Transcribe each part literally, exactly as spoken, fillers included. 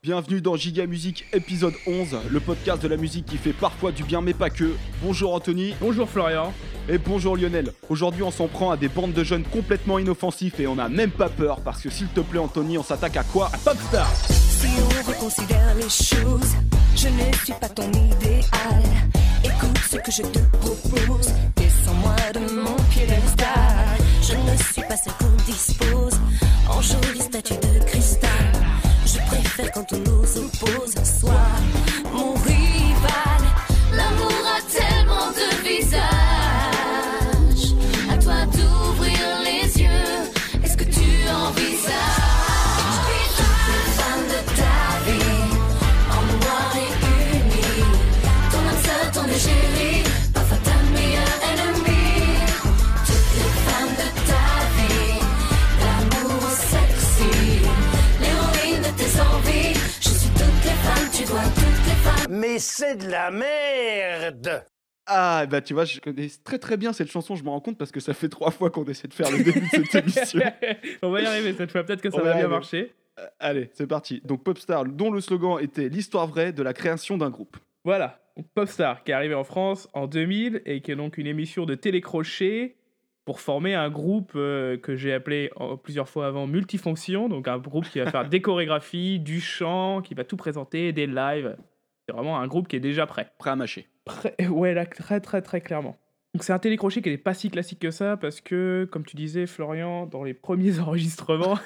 Bienvenue dans Giga Musique épisode onze, le podcast de la musique qui fait parfois du bien mais pas que. Bonjour Anthony. Bonjour Florian. Et bonjour Lionel. Aujourd'hui on s'en prend à des bandes de jeunes complètement inoffensifs et on n'a même pas peur parce que s'il te plaît Anthony, on s'attaque à quoi? À Popstar. Si on reconsidère les choses, je ne suis pas ton idéal. Écoute ce que je te propose, descends-moi de mon piédestal. Je ne suis pas celle qu'on dispose en jolie statue de cristal. Je préfère quand on nous oppose, sois mon rival. L'amour a tellement de visages, à toi d'ouvrir les yeux. Est-ce que tu envisages toutes les femmes de ta vie en noir et uni? Ton âme sœur, ton égérie, parfois ta meilleure ennemie. Toutes les femmes de ta vie, l'amour sexy, l'héroïne de tes envies. Je suis toutes les femmes, tu vois toutes les femmes. Mais c'est de la merde! Ah bah tu vois, je connais très très bien cette chanson, je me rends compte parce que ça fait trois fois qu'on essaie de faire le début de cette émission. On va y arriver cette fois, peut-être que ça On va va y bien arriver. marcher. Euh, allez, c'est parti. Donc Popstar, dont le slogan était l'histoire vraie de la création d'un groupe. Voilà, donc Popstar qui est arrivé en France en deux mille et qui est donc une émission de télécrochet pour former un groupe euh, que j'ai appelé en- plusieurs fois avant multifonction, donc un groupe qui va faire des chorégraphies, du chant, qui va tout présenter, des lives. C'est vraiment un groupe qui est déjà prêt. Prêt à mâcher. Prêt- Ouais, là, très très très clairement. Donc c'est un télécrochet qui n'est pas si classique que ça parce que, comme tu disais Florian, dans les premiers enregistrements,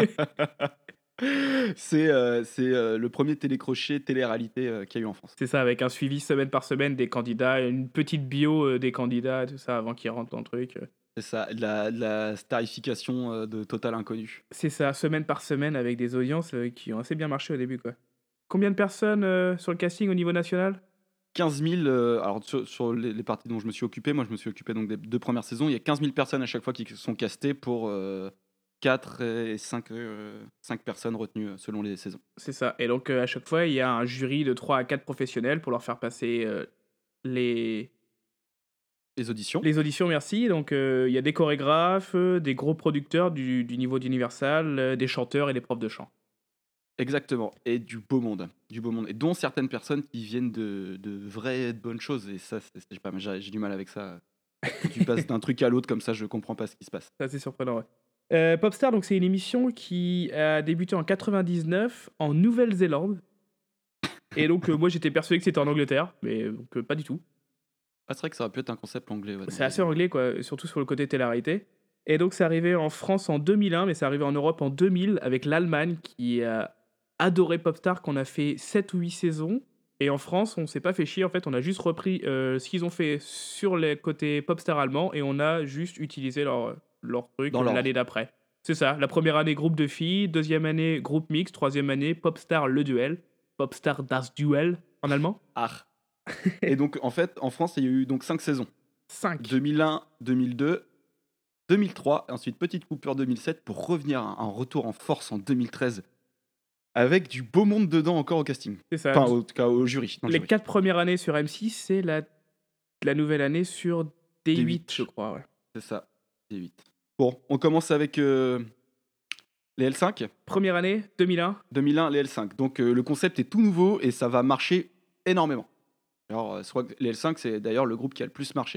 c'est euh, c'est euh, le premier télécrochet télé-réalité euh, qu'il y a eu en France. c'est ça, avec un suivi semaine par semaine des candidats, une petite bio euh, des candidats, tout ça, avant qu'ils rentrent dans le truc. euh. C'est ça, de la, de la starification euh, de Total Inconnu. C'est ça, semaine par semaine, avec des audiences euh, qui ont assez bien marché au début, quoi. Combien de personnes euh, sur le casting au niveau national? quinze mille, euh, alors sur, sur les, les parties dont je me suis occupé, moi je me suis occupé donc des deux premières saisons, il y a quinze mille personnes à chaque fois qui sont castées pour euh, quatre et cinq personnes retenues euh, selon les saisons. C'est ça, et donc euh, à chaque fois, il y a un jury de trois à quatre professionnels pour leur faire passer euh, les... Les auditions. les auditions, merci. Donc euh, il y a des chorégraphes, euh, des gros producteurs du, du niveau d'Universal, euh, des chanteurs et des profs de chant. Exactement, et du beau monde, du beau monde, et dont certaines personnes qui viennent de, de vraies de bonnes choses, et ça, c'est, c'est- je sais pas, mais j'ai, j'ai du mal avec ça. Tu passes d'un truc à l'autre comme ça, je comprends pas ce qui se passe. C'est assez surprenant, ouais. Euh, Popstar, donc c'est une émission qui a débuté en quatre-vingt-dix-neuf en Nouvelle-Zélande. Et donc euh, moi j'étais persuadé que c'était en Angleterre, mais donc, euh, pas du tout. Ah, c'est vrai que ça aurait pu être un concept anglais. Ouais, C'est dans- assez anglais, quoi, surtout sur le côté télé-réalité. Et donc c'est arrivé en France en deux mille un, mais c'est arrivé en Europe en deux mille avec l'Allemagne qui a adoré Popstar, qu'on a fait sept ou huit saisons. Et en France, on s'est pas fait chier, en fait, on a juste repris euh, ce qu'ils ont fait sur les côtés Popstar allemand et on a juste utilisé leur, leur truc Dans euh, l'ordre. l'année d'après. C'est ça, la première année groupe de filles, deuxième année groupe mix, troisième année Popstar le duel, Popstar das Duel en allemand. Ah. Et donc, en fait, en France, il y a eu donc cinq saisons. cinq. deux mille un, deux mille deux, deux mille trois, et ensuite petite coupure deux mille sept pour revenir à un retour en force en deux mille treize avec du beau monde dedans encore au casting. C'est ça. Enfin, en tout cas au jury. dans le Les jury. quatre premières années sur M six, c'est la, la nouvelle année sur D huit, D huit. je crois. Ouais. C'est ça, c'est huit. Bon, on commence avec euh, les L cinq. Première année, deux mille un. deux mille un, les L cinq. Donc euh, le concept est tout nouveau et ça va marcher énormément. Alors, euh, je crois que les L cinq, c'est d'ailleurs le groupe qui a le plus marché.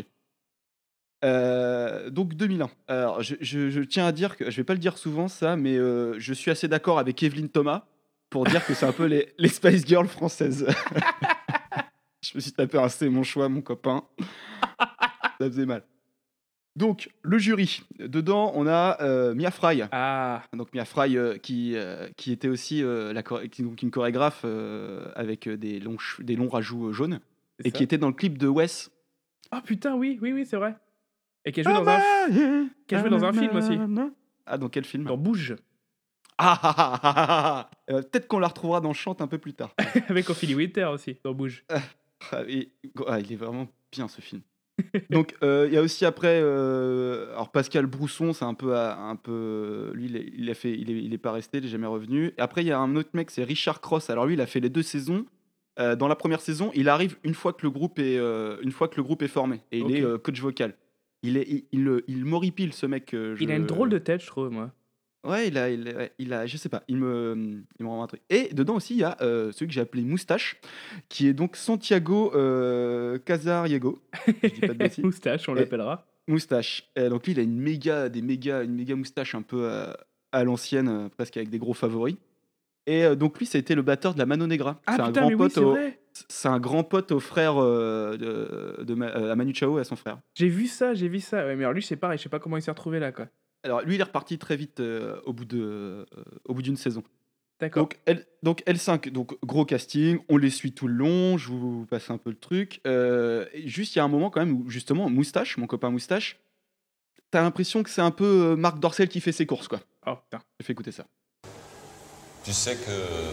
Euh, donc deux mille un. Alors, je, je- je tiens à dire que je vais pas le dire souvent ça, mais euh, je suis assez d'accord avec Evelyne Thomas pour dire que c'est un peu les, les Spice Girls françaises. Je me suis tapé un c'est mon choix, mon copain. Ça faisait mal. Donc le jury. Dedans, on a euh, Mia Fry. Ah, Donc Mia Fry euh, qui, euh, qui était aussi euh, la choré- qui- donc une chorégraphe euh, avec euh, des longs, che- des longs rajouts euh, jaunes c'est et ça. qui était dans le clip de Wes. Ah putain, oui, oui, oui, c'est vrai. Et qui a joué dans un, qui a joué dans un film aussi. Ah, dans quel film? Dans Bouge, Ah, ah, ah, ah, ah, ah. Euh, Peut-être qu'on la retrouvera dans Chante un peu plus tard. avec Ophélie Winter aussi, dans Bouge. Ah, et- ah, il est vraiment bien ce film. Donc euh, il y a aussi après euh, alors Pascal Brousson, c'est un peu à- un peu lui il, est- il a fait il est, il est pas resté, il est jamais revenu. Et après il y a un autre mec, c'est Richard Cross. Alors lui il a fait les deux saisons. Euh, dans la première saison, il arrive une fois que le groupe est euh, une fois que le groupe est formé et il Ok. est euh, coach vocal. Il est il, il, il m'horripile ce mec. euh, Il a je- une drôle de tête, je trouve, moi. Ouais, il a, il, a, ouais, il a, je sais pas, il me, il me rend un truc. Et dedans aussi, il y a euh, celui que j'ai appelé Moustache, qui est donc Santiago euh, Casariego. Je dis pas de bêtises. Moustache, on Et- l'appellera. Moustache. Et donc lui, il a une méga, des méga, une méga moustache un peu euh, à l'ancienne, euh, presque avec des gros favoris. Et euh, donc lui, ça a été le batteur de la Mano Negra. Ah c'est un putain, grand mais oui, pote c'est au, vrai. c'est un grand pote au frère euh, de, de Ma- euh, à Manu Chao et à son frère. J'ai vu ça, j'ai vu ça. Ouais, mais alors lui, c'est pareil, je sais pas comment il s'est retrouvé là, quoi. Alors lui, il est reparti très vite euh, au bout de, euh, au bout d'une saison. D'accord. Donc, L, donc L cinq, donc gros casting, on les suit tout le long, je vous passe un peu le truc. Euh, et juste, il y a un moment quand même où, justement, Moustache, mon copain Moustache, t'as l'impression que c'est un peu euh, Marc Dorcel qui fait ses courses, quoi. Oh putain. J'ai fait écouter ça. Tu sais que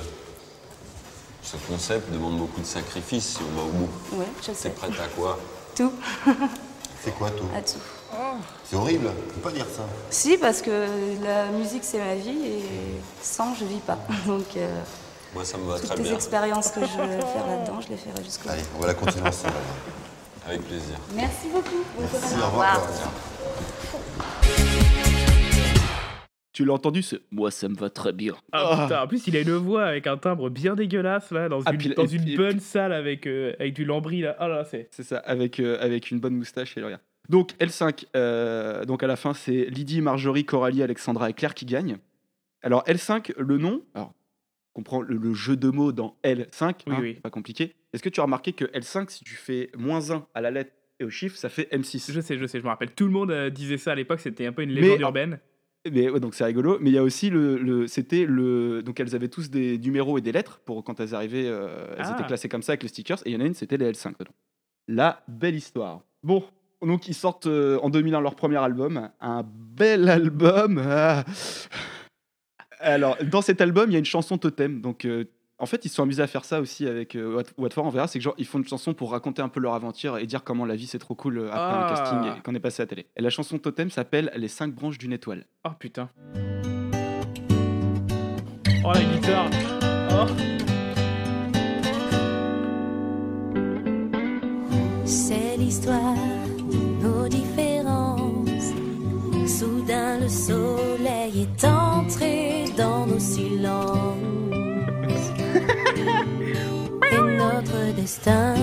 ce concept demande beaucoup de sacrifices si on va au bout. Oui, je T'es sais. prête à quoi? Tout. C'est quoi tout À tout. C'est horrible, on peut pas dire ça. Si, parce que la musique, c'est ma vie et sans, je vis pas. Donc, euh, Moi, ça me va toutes très les bien. expériences que je vais faire là-dedans, je les ferai jusqu'au Allez, bout. on va la continuer ensemble. alors. Avec plaisir. Merci beaucoup. Bonne Merci, semaine. au revoir. Tu l'as entendu, c'est moi, ça me va très bien. Ah, Ah. putain, en plus, il a une voix avec un timbre bien dégueulasse, là, dans Ah, une, puis- dans et une puis- bonne salle avec, euh, avec du lambris, là. Ah là, c'est. C'est ça, avec, euh, avec une bonne moustache et le rien. Donc L cinq, euh, donc à la fin, c'est Lydie, Marjorie, Coralie, Alexandra et Claire qui gagnent. Alors L cinq, le nom, alors on comprend le, le jeu de mots dans L cinq, Oui, hein, oui. c'est pas compliqué. Est-ce que tu as remarqué que L cinq, si tu fais moins un à la lettre et au chiffre, ça fait M six? Je sais, je sais, je me rappelle. Tout le monde euh, disait ça à l'époque, c'était un peu une Mais- légende urbaine. Mais ouais, donc c'est rigolo. Mais il y a aussi le, le- c'était le, donc elles avaient tous des numéros et des lettres pour quand elles arrivaient, euh, elles Ah. étaient classées comme ça avec les stickers. Et il y en a une, c'était les L cinq dedans. La belle histoire. Bon, donc ils sortent euh, en deux mille un leur premier album, un bel album. Ah. Alors dans cet album, il y a une chanson totem. Donc euh, en fait, ils se sont amusés à faire ça aussi avec euh, Wat- Watford. On verra, c'est que genre ils font une chanson pour raconter un peu leur aventure et dire comment la vie c'est trop cool euh, après Ah. un casting et qu'on est passé à la télé. Et la chanson totem s'appelle Les cinq branches d'une étoile. Oh putain. Oh la guitare. Oh. C'est l'histoire de nos différences. Soudain le soleil est entré dans nos silences. Et notre destin.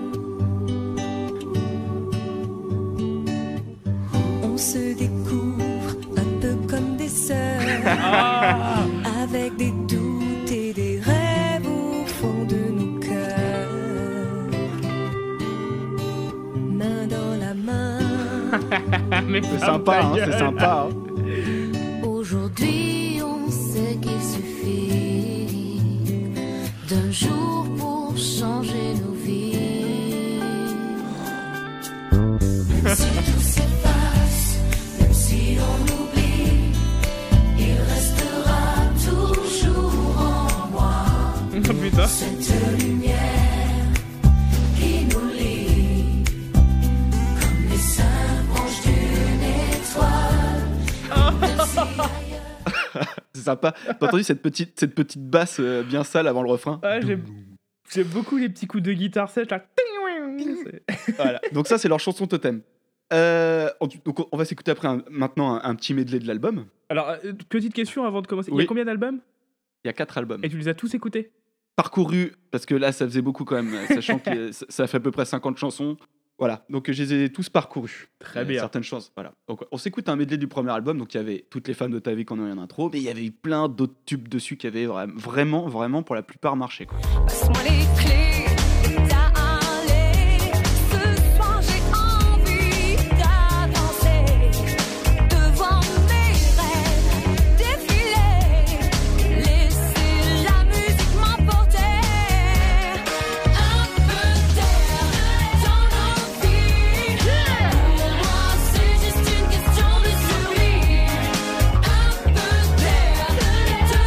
On se découvre un peu comme des sœurs. Ah. Avec des doutes et des rêves au fond de nos cœurs. Main dans la main. Mais C'est ferme sympa, ta hein, c'est gueule. sympa. hein. Aujourd'hui, on sait qu'il suffit d'un jour pour changer nos vies. Même si tout s'efface, même si on oublie, il restera toujours en moi Oh putain. cette lumière qui nous lie comme les cinq branches d'une étoile. C'est sympa. T'as entendu cette petite, cette petite basse euh, bien sale avant le refrain? Ouais, j'aime j'aime beaucoup les petits coups de guitare sèche là. C'est- Voilà. Donc ça, c'est leur chanson totem. Euh, on- donc on va s'écouter après un- maintenant un, un petit medley de l'album. Alors, euh, petite question avant de commencer. Il y Oui. a combien d'albums? Il y a quatre albums. Et tu les as tous écoutés? Parcourus, parce que là, ça faisait beaucoup quand même, sachant que ça- ça fait à peu près cinquante chansons. Voilà, donc je les ai tous parcourus. Très Euh, bien. Certaines choses, voilà. Donc on s'écoute un medley du premier album, donc il y avait Toutes les femmes de ta vie qu'on a eu en intro, mais il y avait eu plein d'autres tubes dessus qui avaient vra- vraiment, vraiment pour la plupart marché, quoi. Passe-moi les clés d'aller. Ce soir j'ai envie d'avancer devant mes rêves défiler. Laisser la musique m'emporter. Un peu d'air dans nos vies. Pour moi c'est juste une question de survie. Un peu d'air et de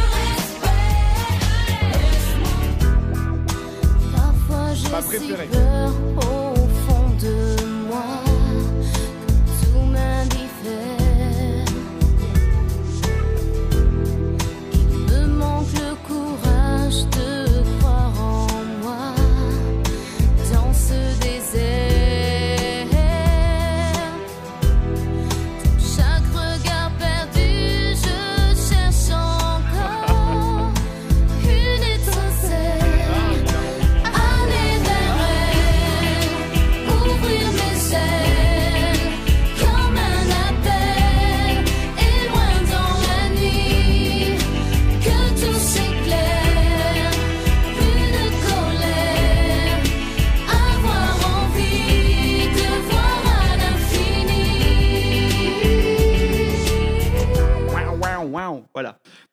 respect. Parfois j'ai Ma si préférée. peur au fond de moi que tout m'indiffère. Il me manque le courage de croire en moi dans ce désert. Chaque regard perdu, je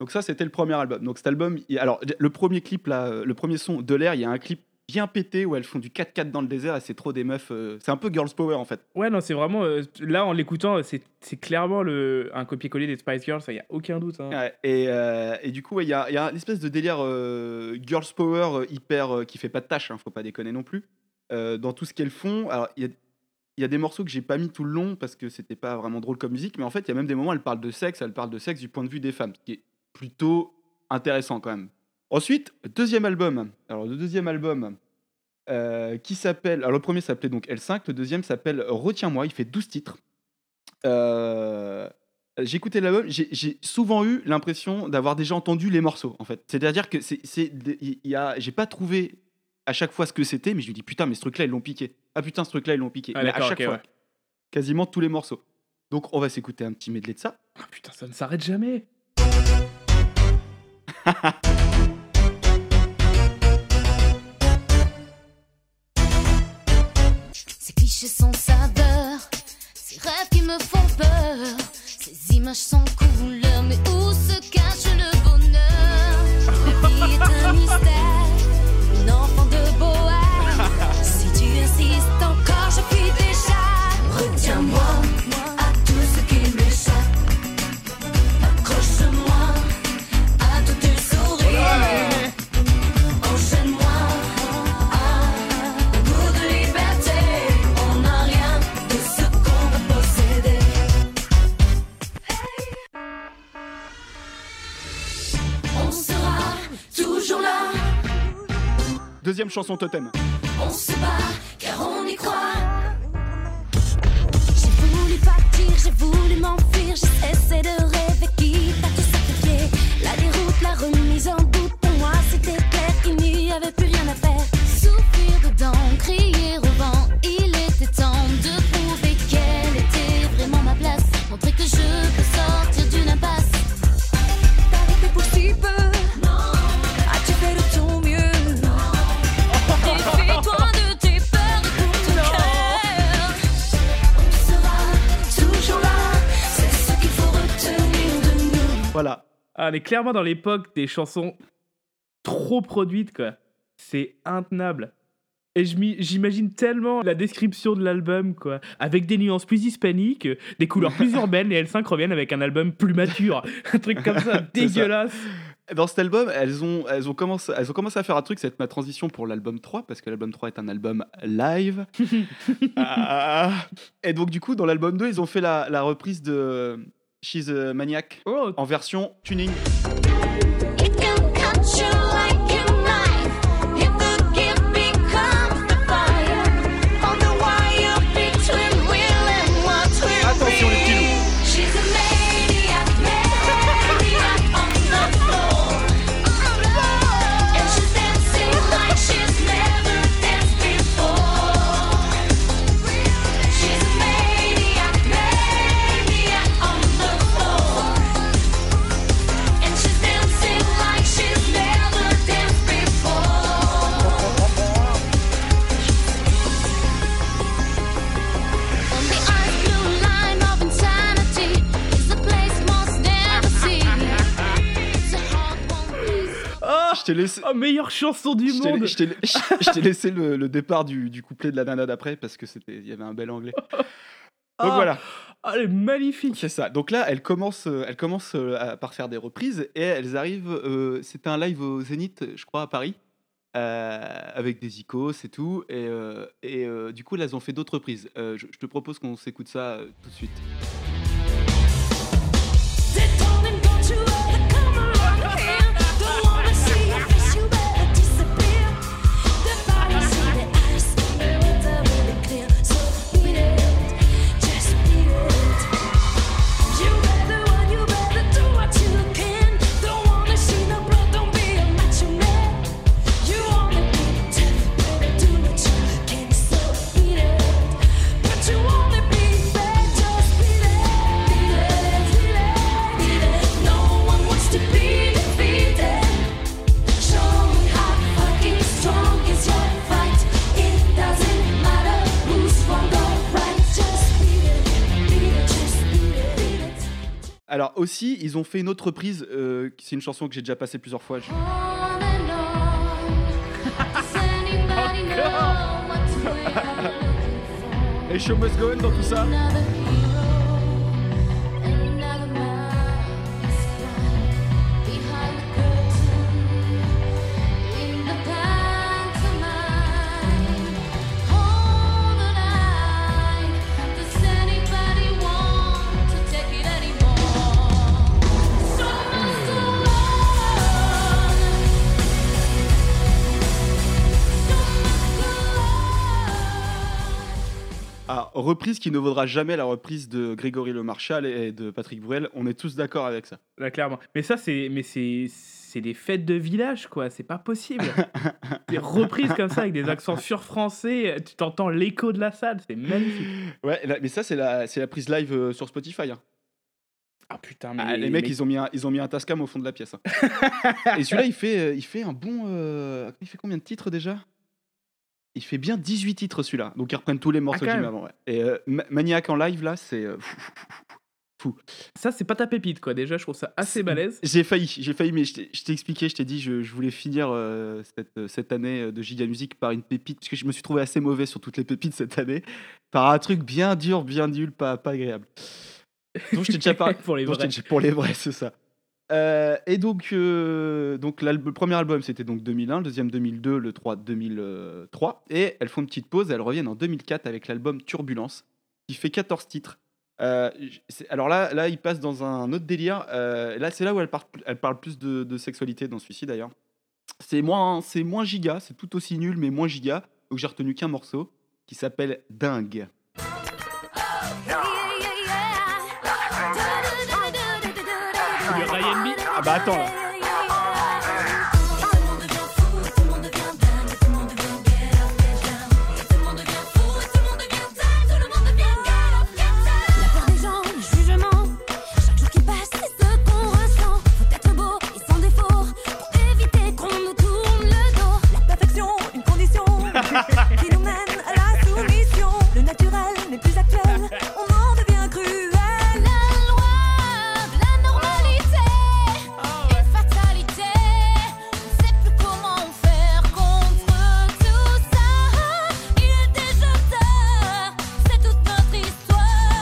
Donc ça, c'était le premier album. Donc cet album, il- alors le premier clip là, euh, le premier son de l'air, il y a un clip bien pété où elles font du quatre quatre dans le désert et c'est trop des meufs. euh, c'est un peu girls power en fait. Ouais, non, c'est vraiment. euh, là, en l'écoutant, c'est, c'est clairement le, un copier-coller des Spice Girls, il n'y a aucun doute. hein. Ouais, et, euh, et du coup, ouais, il y, a, il y a une espèce de délire euh, girls power euh, hyper euh, qui fait pas de tâche, hein, faut pas déconner non plus. Euh, dans tout ce qu'elles font, alors il y a, il y a des morceaux que j'ai pas mis tout le long parce que c'était pas vraiment drôle comme musique, mais en fait, il y a même des moments où elles parlent de sexe, elles parlent de sexe du point de vue des femmes, ce qui est plutôt intéressant quand même. Ensuite, deuxième album. Alors le deuxième album. euh, qui s'appelle. Alors le premier s'appelait donc L cinq, le deuxième s'appelle Retiens-moi, il fait douze titres. Euh, j'ai écouté l'album, j'ai, j'ai souvent eu l'impression d'avoir déjà entendu les morceaux en fait. C'est-à-dire que c'est, c'est, il y a, j'ai pas trouvé à chaque fois ce que c'était, mais je me dis putain, mais ce truc-là ils l'ont piqué. Ah putain, ce truc-là ils l'ont piqué. Ah, mais à d'accord, chaque ok, fois, ouais. quasiment tous les morceaux. Donc on va s'écouter un petit medley de ça. Ah, putain, ça ne s'arrête jamais. Ces clichés sans saveur, ces rêves qui me font peur, ces images sans couleur, mais où se cache le bonheur? La vie est un mystère, une enfant de bohème. Si tu insistes encore, je fuis déjà. Retiens-moi à tout ce qui m'échappe. Accroche-moi à tous tes sourires. Enchaîne-moi à un goût de liberté. On n'a rien de ce qu'on veut posséder. On sera toujours là. Deuxième chanson totem. On se bat car on y croit. J'ai voulu partir, j'ai voulu m'enfuir, j'ai cessé de rêver, quitte à tout sacrifier. La déroute, la remise en doute, pour moi c'était clair qu'il n'y avait plus rien à faire. Souffrir dedans, crier au vent, il était temps de prouver quelle était vraiment ma place. Montrer que je peux sortir d'une impasse. T'as arrêté pour si peu. Non. As-tu fait de ton mieux? Non. Défie-toi de tes peurs et pour ton cœur. On sera toujours là. C'est ce qu'il faut retenir de nous. Voilà. Ah, on est clairement dans l'époque des chansons trop produites, quoi. C'est intenable. Et je m'y- j'imagine tellement la description de l'album, quoi. Avec des nuances plus hispaniques, euh, des couleurs plus urbaines, et L cinq reviennent avec un album plus mature. Un truc comme ça, C'est ça. dégueulasse. Dans cet album, elles ont, elles, ont commencé, elles ont commencé à faire un truc, c'est ma transition pour l'album trois, parce que l'album trois est un album live. Ah. Et donc, du coup, dans l'album deux, ils ont fait la, la reprise de She's a Maniac Oh, en version tuning. It can cut you like a knife if the gift becomes the fire. On the wire between will and what will Attention, les petits loups. be. She's a maniac, maniac on the floor. And she's dancing like she's never danced before. She's a maniac, maniac on the floor. And she's dancing like she's never danced before. On the ice blue line of insanity is a place most never see. It's a heart won't be so. Je t'ai laissé, oh, meilleure chanson du je t'ai- monde. je t'ai- je t'ai laissé le, le départ du, du couplet de la nana d'après parce que c'était, il y avait un bel anglais. Donc Ah. voilà. Ah, elle est magnifique. C'est ça. Donc là, elles commencent, euh, elles commencent euh, à- par faire des reprises et elles arrivent. euh, C'était un live au Zénith, je crois, à Paris, euh, avec des icos et tout. Et, euh, et euh, du coup, là, elles ont fait d'autres reprises. Euh, je, je te propose qu'on s'écoute ça euh, tout de suite. They told him, don't you ever come around here. Don't wanna see your face, you better disappear. The bodies in the eyes, the words are really clear. So beat it, just beat it. You better run, you better do what you can. Don't wanna see no blood, don't be a macho man. You wanna be tough, better do what you can. So beat it, but you wanna be bad, just beat it. Alors aussi, ils ont fait une autre reprise, euh, c'est une chanson que j'ai déjà passée plusieurs fois. Je- Et Show Must Go On dans tout ça. Ah, reprise qui ne vaudra jamais la reprise de Grégory Le Marchal et de Patrick Bruel. On est tous d'accord avec ça. Là, clairement. Mais ça, c'est, mais c'est, c'est des fêtes de village, quoi. C'est pas possible. Des reprises comme ça avec des accents sur-français, tu t'entends l'écho de la salle, c'est magnifique. Ouais, là- mais ça, c'est la, c'est la prise live euh, sur Spotify. hein. Ah putain, mais Ah, les mecs, mais- ils ont mis un, ils ont mis un Tascam au fond de la pièce. hein. Et celui-là, il fait, euh, il fait un bon. euh, Il fait combien de titres déjà? Il fait bien dix-huit titres celui-là. Donc ils reprennent tous les morceaux Ah, quand qu'il met même. avant. Ouais. Et euh, Ma- Maniac en live, là, c'est. euh, fou. Ça, c'est pas ta pépite, quoi. Déjà, je trouve ça assez C'est- balèze. J'ai failli, j'ai failli, mais je t'ai je t'ai expliqué, je t'ai dit, je, je voulais finir euh, cette, cette année euh, de Giga Music par une pépite, parce que je me suis trouvé assez mauvais sur toutes les pépites cette année, par un truc bien dur, bien nul, pas, pas agréable. Donc je t'ai déjà parlé. Pour les dont je t'ai vrais. déjà- pour les vrais, c'est ça. Euh, et donc, euh, donc l'alb- le premier album c'était donc deux mille un, le deuxième deux mille deux, le trois deux mille trois, et elles font une petite pause, elles reviennent en deux mille quatre avec l'album Turbulence, qui fait quatorze titres. Euh, j- c'est- alors là, là, il passe dans un autre délire. Euh, là, c'est là où elle parle, elle parle plus de, de sexualité dans celui-ci d'ailleurs. C'est moins, c'est moins giga, c'est tout aussi nul, mais moins giga. Donc j'ai retenu qu'un morceau qui s'appelle Dingue. Le Ryan B. Ah bah attends là. La peur des gens, le jugement. Chaque jour qui passe, c'est ce qu'on ressent. Faut être beau et sans défaut pour éviter qu'on nous tourne le dos. La perfection, une condition qui nous mène à la soumission. Le naturel n'est plus actuel, on en devient cruel. La loi de la normalité, une fatalité. On sait plus comment faire contre tout ça. Il est déjà tard, c'est toute notre histoire.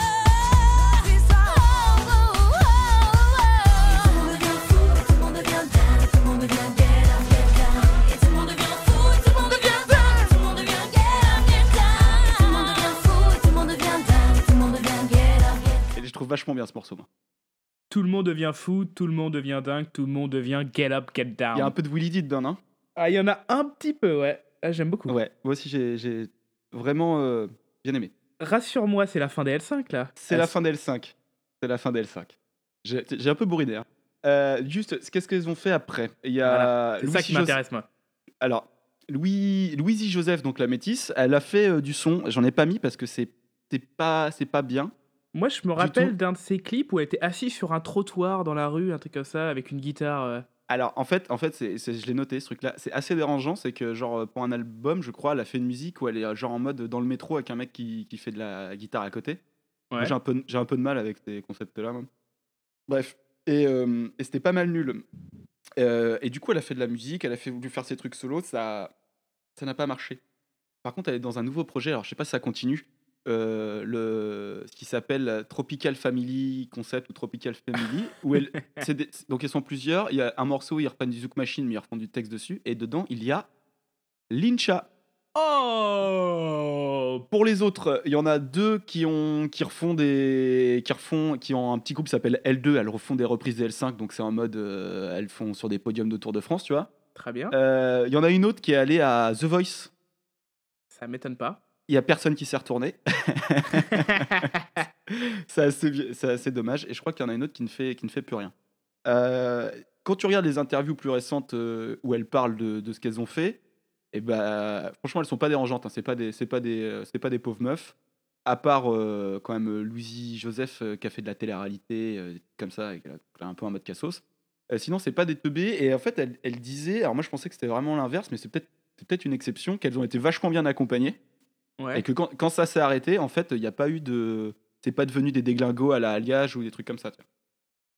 Oh, oh, oh, oh. Et tout le monde devient fou, et tout le monde devient dingue, et tout le monde devient get up, get down. Et tout le monde devient fou, et tout le monde devient dingue, et tout le monde devient get up, get down. Et tout le monde devient fou, et tout le monde devient dingue, et tout le monde devient get up, get down. Et je trouve vachement bien ce morceau. moi. Tout le monde devient fou, tout le monde devient dingue, tout le monde devient get up, get down. Il y a un peu de Willy D dedans, hein. Ah, il y en a un petit peu, ouais. Ah, j'aime beaucoup. Ouais, moi aussi j'ai j'ai vraiment euh, bien aimé. Rassure-moi, c'est la fin des L cinq là. C'est Ah, la fin d'L cinq. C'est la fin d'L cinq. J'ai j'ai un peu bourriné. hein. Euh, juste, qu'est-ce qu'elles ont fait après? Il y a Voilà, C'est ça Louis qui Jos- m'intéresse, moi. Alors, Louis, Louisie Joseph, donc la métisse, elle a fait euh, du son. J'en ai pas mis parce que c'est c'est pas, c'est pas bien. Moi, je me Du rappelle tout. d'un de ces clips où elle était assise sur un trottoir dans la rue, un truc comme ça, avec une guitare. euh. Alors, en fait, en fait c'est, c'est- je l'ai noté ce truc-là. C'est assez dérangeant. C'est que, genre, euh, pour un album, je crois, elle a fait une musique où elle est euh, genre en mode dans le métro avec un mec qui, qui fait de la guitare à côté. Moi, Ouais. J'ai un, peu, j'ai un peu de mal avec ces concepts-là. même. Bref. Et, euh, et c'était pas mal nul. Euh, et du coup, elle a fait de la musique, elle a fait, voulu faire ses trucs solo, ça ça n'a pas marché. Par contre, elle est dans un nouveau projet, alors je sais pas si ça continue, euh, le, ce qui s'appelle Tropical Family Concept ou Tropical Family, où elle, c'est des- donc elles sont plusieurs, il y a un morceau où ils reprennent du Zouk Machine, mais ils refont du texte dessus, et dedans, il y a Lincha. Oh Pour les autres, il y en a deux qui ont qui refont des qui refont qui ont un petit groupe qui s'appelle L deux, elles refont des reprises de L cinq, donc c'est en mode euh, elles font sur des podiums de Tour de France, tu vois. Très bien. Euh, Il y en a une autre qui est allée à The Voice. Ça m'étonne pas. Il y a personne qui s'est retourné. c'est assez, vi- c'est assez dommage. Et je crois qu'il y en a une autre qui ne fait, qui ne fait plus rien. Euh, quand tu regardes les interviews plus récentes euh, où elles parlent de, de ce qu'elles ont fait, et bah, franchement, elles sont pas dérangeantes. Hein. C'est pas des, c'est pas des, euh, c'est pas des pauvres meufs. À part euh, quand même euh, Louisie Joseph euh, qui a fait de la télé-réalité, euh, des trucs comme ça, avec, euh, un peu en mode cassos. Euh, sinon, c'est pas des teubés. Et en fait, elle, elle disait, alors moi je pensais que c'était vraiment l'inverse, mais c'est peut-être, c'est peut-être une exception, qu'elles ont été vachement bien accompagnées. Ouais. Et que quand, quand ça s'est arrêté, en fait, il n'y a pas eu de. C'est pas devenu des déglingos à la Alliage ou des trucs comme ça. tu vois.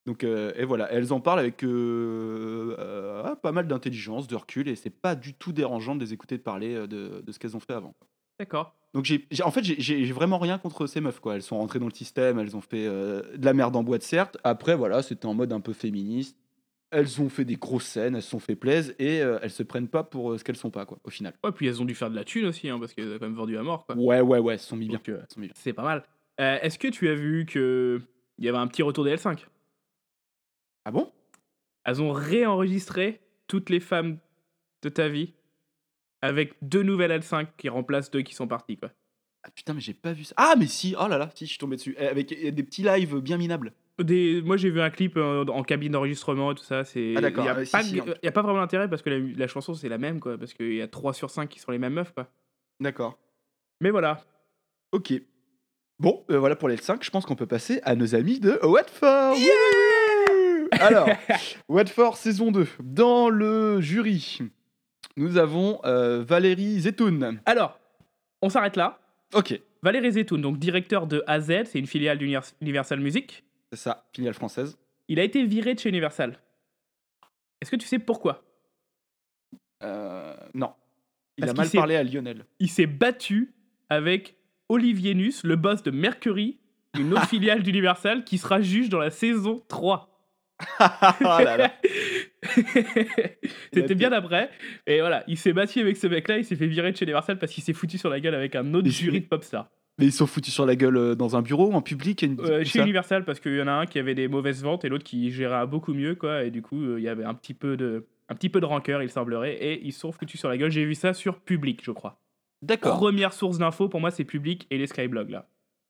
Donc, euh, et voilà, elles en parlent avec euh, euh, pas mal d'intelligence, de recul, et c'est pas du tout dérangeant de les écouter de parler euh, de, de ce qu'elles ont fait avant. D'accord. Donc, j'ai, j'ai- en fait, j'ai, j'ai j'ai vraiment rien contre ces meufs, quoi. Elles sont rentrées dans le système, elles ont fait euh, de la merde en boîte, certes. Après, voilà, c'était en mode un peu féministe. Elles ont fait des grosses scènes, elles se sont fait plaisir, et euh, elles se prennent pas pour euh, ce qu'elles sont pas, quoi, au final. Ouais, puis elles ont dû faire de la thune aussi, hein, parce qu'elles ont quand même vendu à mort, quoi. Ouais, ouais, ouais, elles se sont mis bien. Donc, euh, Elles se sont mis bien. c'est pas mal. Euh, Est-ce que tu as vu que il y avait un petit retour des L cinq? Ah bon? Elles ont réenregistré toutes les femmes de ta vie avec deux nouvelles L cinq qui remplacent deux qui sont parties, quoi. Ah putain, mais j'ai pas vu ça. Ah, mais si, oh là là, si, je suis tombé dessus. Eh, Avec euh, des petits lives bien minables. Des... Moi, j'ai vu un clip euh, en cabine d'enregistrement et tout ça. C'est... Ah, d'accord, Il y a, euh, si, pas... si, il en- y a pas vraiment d'intérêt parce que la, la chanson, c'est la même, quoi. Parce qu'il y a trois sur cinq qui sont les mêmes meufs, quoi. D'accord. Mais voilà. Ok. Bon, euh, voilà pour les L cinq. Je pense qu'on peut passer à nos amis de Watford. Wouhou Alors, Watford saison deux. Dans le jury, nous avons euh, Valérie Zetoun. Alors, on s'arrête là. Ok, Valérie Zetoun, donc directeur de A Z, c'est une filiale d'Universal Music. c'est ça, filiale française. Il a été viré de chez Universal. Est-ce que tu sais pourquoi? Euh, non. Il Parce a qu'il mal s'est- parlé à Lionel. Il s'est battu avec Olivier Nuss, le boss de Mercury, une autre filiale d'Universal, qui sera juge dans la saison trois. Ah là là. C'était bien après. Et voilà, il s'est battu avec ce mec-là, il s'est fait virer de chez Universal parce qu'il s'est foutu sur la gueule avec un autre Mais jury c'est- de Popstar. Mais ils sont foutus sur la gueule euh, dans un bureau, en public. Une... Euh, tout chez ça. Universal, parce qu'il y en a un qui avait des mauvaises ventes et l'autre qui gérait beaucoup mieux, quoi. Et du coup, euh, il y avait un petit peu de, un petit peu de rancœur, il semblerait. Et ils se sont foutus sur la gueule. J'ai vu ça sur Public, je crois. D'accord. Première source d'infos, pour moi, c'est Public et les Skyblogs, là.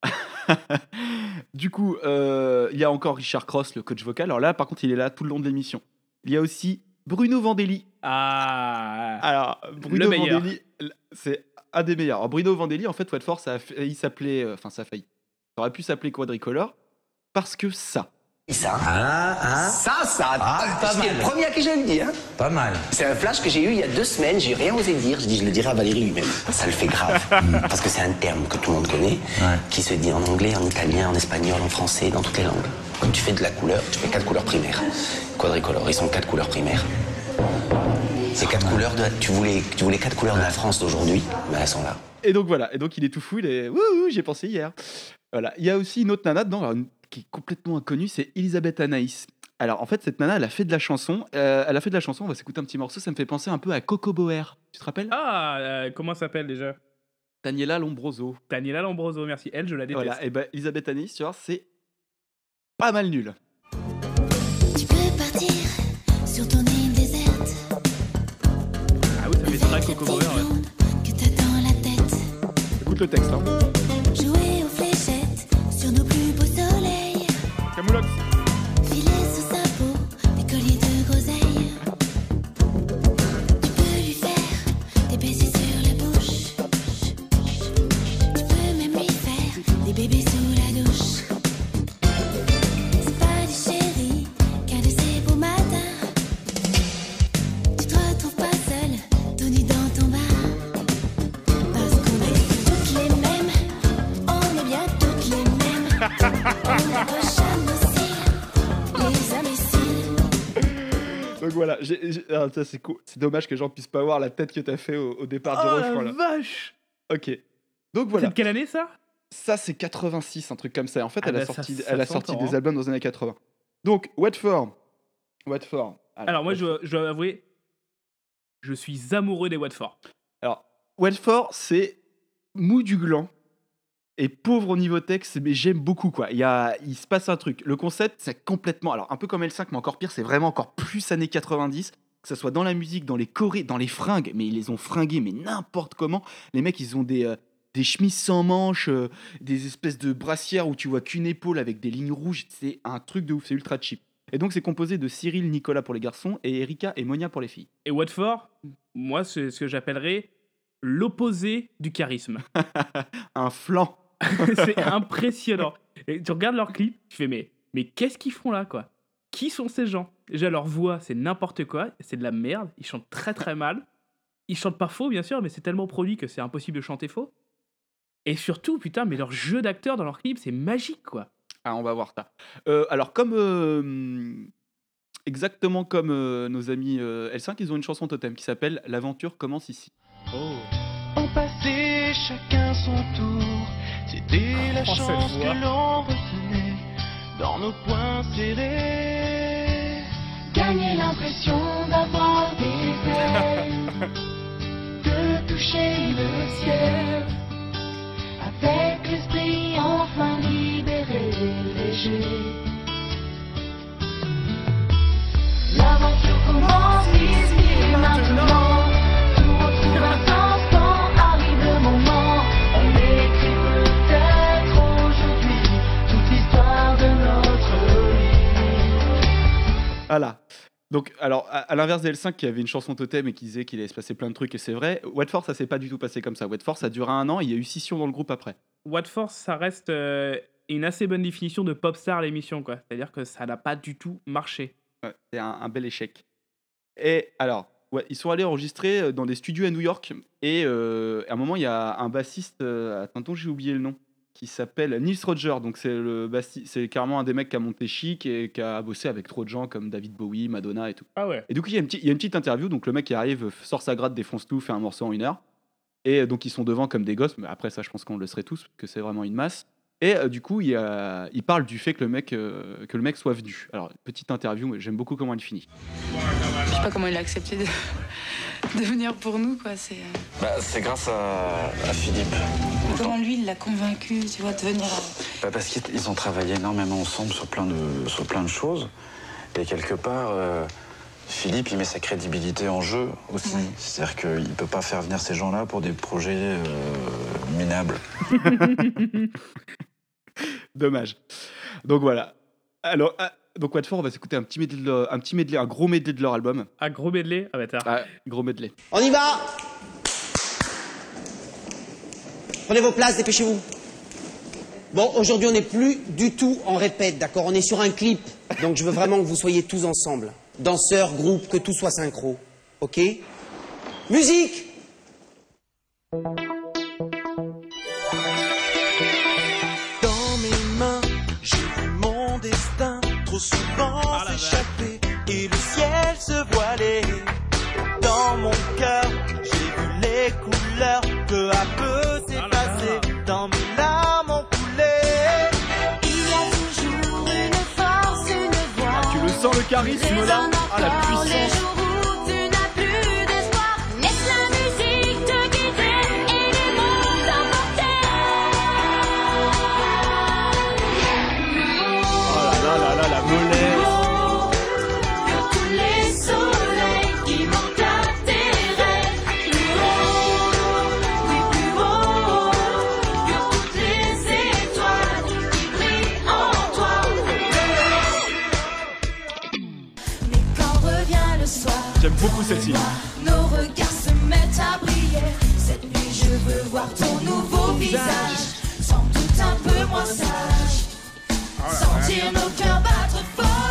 Du coup, euh, il y a encore Richard Cross, le coach vocal. Alors là, par contre, il est là tout le long de l'émission. Il y a aussi Bruno Vandelli. Ah, Alors, Bruno meilleur. Vandelli, l- c'est un des meilleurs. Alors, Bruno Vandelli, en fait, Watford, ça a failli s'appeler. euh, Enfin, ça a failli. Ça aurait pu s'appeler Quadricolore parce que ça. Ça, ça, ça, je suis le premier à qui je le dis. Hein. Pas mal. C'est un flash que j'ai eu il y a deux semaines, j'ai rien osé dire. Je dis, je le dirai à Valérie lui-même. Ça le fait grave. Parce que c'est un terme que tout le monde connaît, Ouais. qui se dit en anglais, en italien, en espagnol, en français, dans toutes les langues. Quand tu fais de la couleur, tu fais quatre couleurs primaires. Quadricolore, ils sont quatre couleurs primaires. Ces quatre couleurs, de, tu, voulais, tu voulais quatre couleurs de la France d'aujourd'hui, mais elles sont là. Et donc voilà. Et donc, il est tout fou. Il est. Wouhou, j'y ai pensé hier. Voilà. Il y a aussi une autre nana dedans, alors, une- qui est complètement inconnue, c'est Elisabeth Anaïs. Alors, en fait, cette nana, elle a fait de la chanson. Euh, elle a fait de la chanson. On va s'écouter un petit morceau. Ça me fait penser un peu à Coco Boer. Tu te rappelles? Ah, euh, comment ça s'appelle déjà? Daniela Lombroso. Daniela Lombroso, merci. Elle, je la déteste. Voilà. Et ben, Elisabeth Anaïs, tu vois, c'est pas mal nul. Tu peux partir sur ton île déserte. Ah oui, ça fait très Coco Boer, ouais. Que t'as dans la tête. Écoute le texte, hein. Jouer aux fléchettes sur nos plus beaux soleils. Camoulox. Filer sous sa peau des colliers de groseilles. Tu peux lui faire des baisers sur la bouche. Tu peux même lui faire des bébés sous la douche. C'est pas du chéri, qu'un de ces beaux matins. Tu te retrouves pas seul, tout nu dans ton bar. Parce qu'on est toutes les mêmes, on est bien toutes les mêmes. On approche à nos cils, les imbéciles. Donc voilà, j'ai- j'ai- ah, ça, c'est cool. C'est dommage que les gens puissent pas voir la tête que t'as fait au, au départ du Oh refrain. la Là. vache! Ok. Donc C'est voilà, de quelle année ça? ça c'est quatre-vingt-six, un truc comme ça. En fait, Ah elle a bah, ça- sorti, ça elle a fait sorti longtemps, des hein. albums dans les années quatre-vingts. Donc Watford, Watford. Alors moi, je, Watford. je dois avouer, je suis amoureux des Watford. Alors Watford, c'est mou du gland et pauvre au niveau texte, mais j'aime beaucoup quoi. Il y a, il se passe un truc. Le concept, c'est complètement, alors un peu comme L cinq, mais encore pire, c'est vraiment encore plus années quatre-vingt-dix. Que ce soit dans la musique, dans les chorés, dans les fringues, mais ils les ont fringués, mais n'importe comment. Les mecs, ils ont des, euh, des chemises sans manches, euh, des espèces de brassières où tu vois qu'une épaule avec des lignes rouges. C'est un truc de ouf, c'est ultra cheap. Et donc, c'est composé de Cyril, Nicolas pour les garçons et Erika et Monia pour les filles. Et Watford, moi, c'est ce que j'appellerais l'opposé du charisme. Un flanc. C'est impressionnant. Et tu regardes leurs clips, tu fais mais, mais qu'est-ce qu'ils font là, quoi? Qui sont ces gens? Déjà, leur voix, c'est n'importe quoi, c'est de la merde, ils chantent très très mal. Ils chantent pas faux, bien sûr, mais c'est tellement produit que c'est impossible de chanter faux. Et surtout, putain, mais leur jeu d'acteur dans leurs clips, c'est magique, quoi. Ah, on va voir ça. Euh, alors, comme euh, exactement comme euh, nos amis euh, L cinq, ils ont une chanson totem qui s'appelle L'aventure commence ici. Oh. On passait chacun son tour, c'était la Oh, cette chance voix. que l'on retenait dans nos poings serrés. Gagner l'impression d'avoir des ailes, de toucher le ciel, avec l'esprit enfin libéré, léger. L'aventure commence ici et maintenant. Tout retrouve un sens quand arrive le moment. On écrit peut-être aujourd'hui toute l'histoire de notre vie. Voilà. Donc, alors, à, à l'inverse des L cinq qui avait une chanson totem et qui disait qu'il allait se passer plein de trucs, et c'est vrai, What For, ça s'est pas du tout passé comme ça. What For, ça a duré un an, et il y a eu scission dans le groupe après. What For, ça reste euh, une assez bonne définition de pop star l'émission, quoi. C'est-à-dire que ça n'a pas du tout marché. Ouais, c'est un, un bel échec. Et alors, ouais, ils sont allés enregistrer euh, dans des studios à New York, et euh, à un moment, il y a un bassiste, euh, attends, j'ai oublié le nom, qui s'appelle Nils Rodgers. Donc, c'est, le bassi- c'est carrément un des mecs qui a monté Chic et qui a bossé avec trop de gens comme David Bowie, Madonna et tout. Ah ouais. Et du coup, il y a une, petite- il y a une petite interview. Donc, le mec qui arrive, f- sort sa gratte, défonce tout, fait un morceau en une heure. Et euh, donc, ils sont devant comme des gosses. Mais après, ça, je pense qu'on le serait tous, parce que c'est vraiment une masse. Et euh, du coup, il, y a- il parle du fait que le, mec, euh, que le mec soit venu. Alors, petite interview, mais j'aime beaucoup comment elle finit. Je sais pas comment il a accepté de, de venir pour nous, quoi. C'est, euh, Bah, c'est grâce à, à Philippe. comment lui, il l'a convaincu, tu vois, de venir. à- Bah, parce qu'ils ils ont travaillé énormément ensemble sur plein de, sur plein de choses. Et quelque part, euh, Philippe, il met sa crédibilité en jeu aussi. Ouais. C'est-à-dire qu'il ne peut pas faire venir ces gens-là pour des projets euh, minables. Dommage. Donc, voilà. Alors, ah, donc, What For, on va s'écouter un petit medley, de leur- un petit medley, un gros medley de leur album. Ah, gros medley. Ah bah t'as. Ah, gros medley. On y va. Prenez vos places, dépêchez-vous. Bon, aujourd'hui, on n'est plus du tout en répète, d'accord? On est sur un clip, donc je veux vraiment que vous soyez tous ensemble. Danseurs, groupe, que tout soit synchro. Ok? Musique! Dans mes mains, j'ai vu mon destin trop souvent Ah, la s'échapper et le ciel se voiler. Dans mon cœur, j'ai vu les couleurs peu à peu s'effacer. Dans mes larmes ont coulé. Il y a toujours une force, une voix. Tu le sens, le charisme là? Ah, la Les puissance. jours où tu n'as plus d'espoir, laisse la musique te guider et les mots t'emporter. Oh là là là là, la mollesse. Que tous les soleils qui montent à tes rêves, plus haut, oui plus haut, que toutes les étoiles qui brillent en toi. Mais quand revient le soir, J'aime beaucoup celle-ci. nos regards se mettent à briller. Cette nuit, je veux voir ton nouveau visage, sans doute un peu moins sage. Sentir nos cœurs battre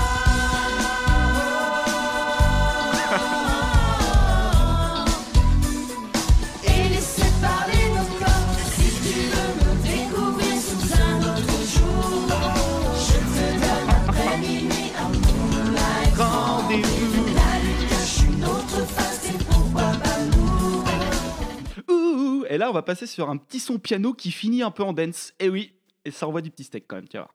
fort. Et laisser parler nos corps. Si tu veux me découvrir sous un autre jour, je te donne après minuit un moonlight rendez-vous. La lune cache une autre face et pourquoi pas nous? Ouh, et là, on va passer sur un petit son piano qui finit un peu en dance. Et oui, et ça envoie du petit steak quand même, tu vois.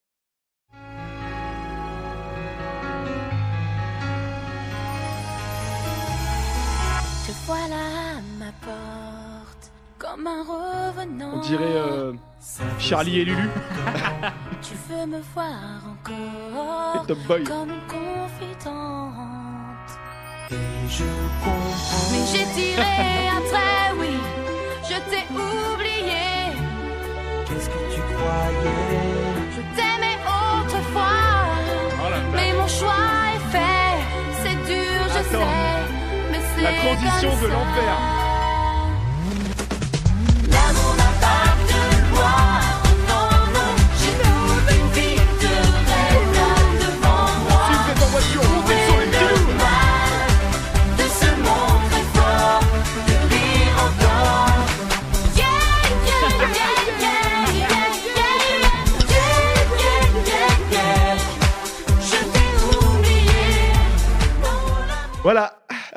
Te voilà à ma porte, comme un revenant. On dirait euh, Charlie et Lulu. Tu veux me voir encore, Et Top Boy. comme une confidente. Et je comprends. Mais j'ai tiré un trait, oui, je t'ai oublié. Qu'est-ce que tu croyais? Je t'aimais autrefois, Oh la blague. mais mon choix est fait. C'est dur, je Attends. sais, mais c'est La transition comme de ça. l'enfer. L'amour n'a pas de loi, non, non, j'ai toute une vie de rêve là devant moi. Si vous êtes en voiture, montez le son les petits loups. De se montrer fort, de rire encore. Yeah, yeah, yeah, yeah, yeah, yeah, yeah, yeah,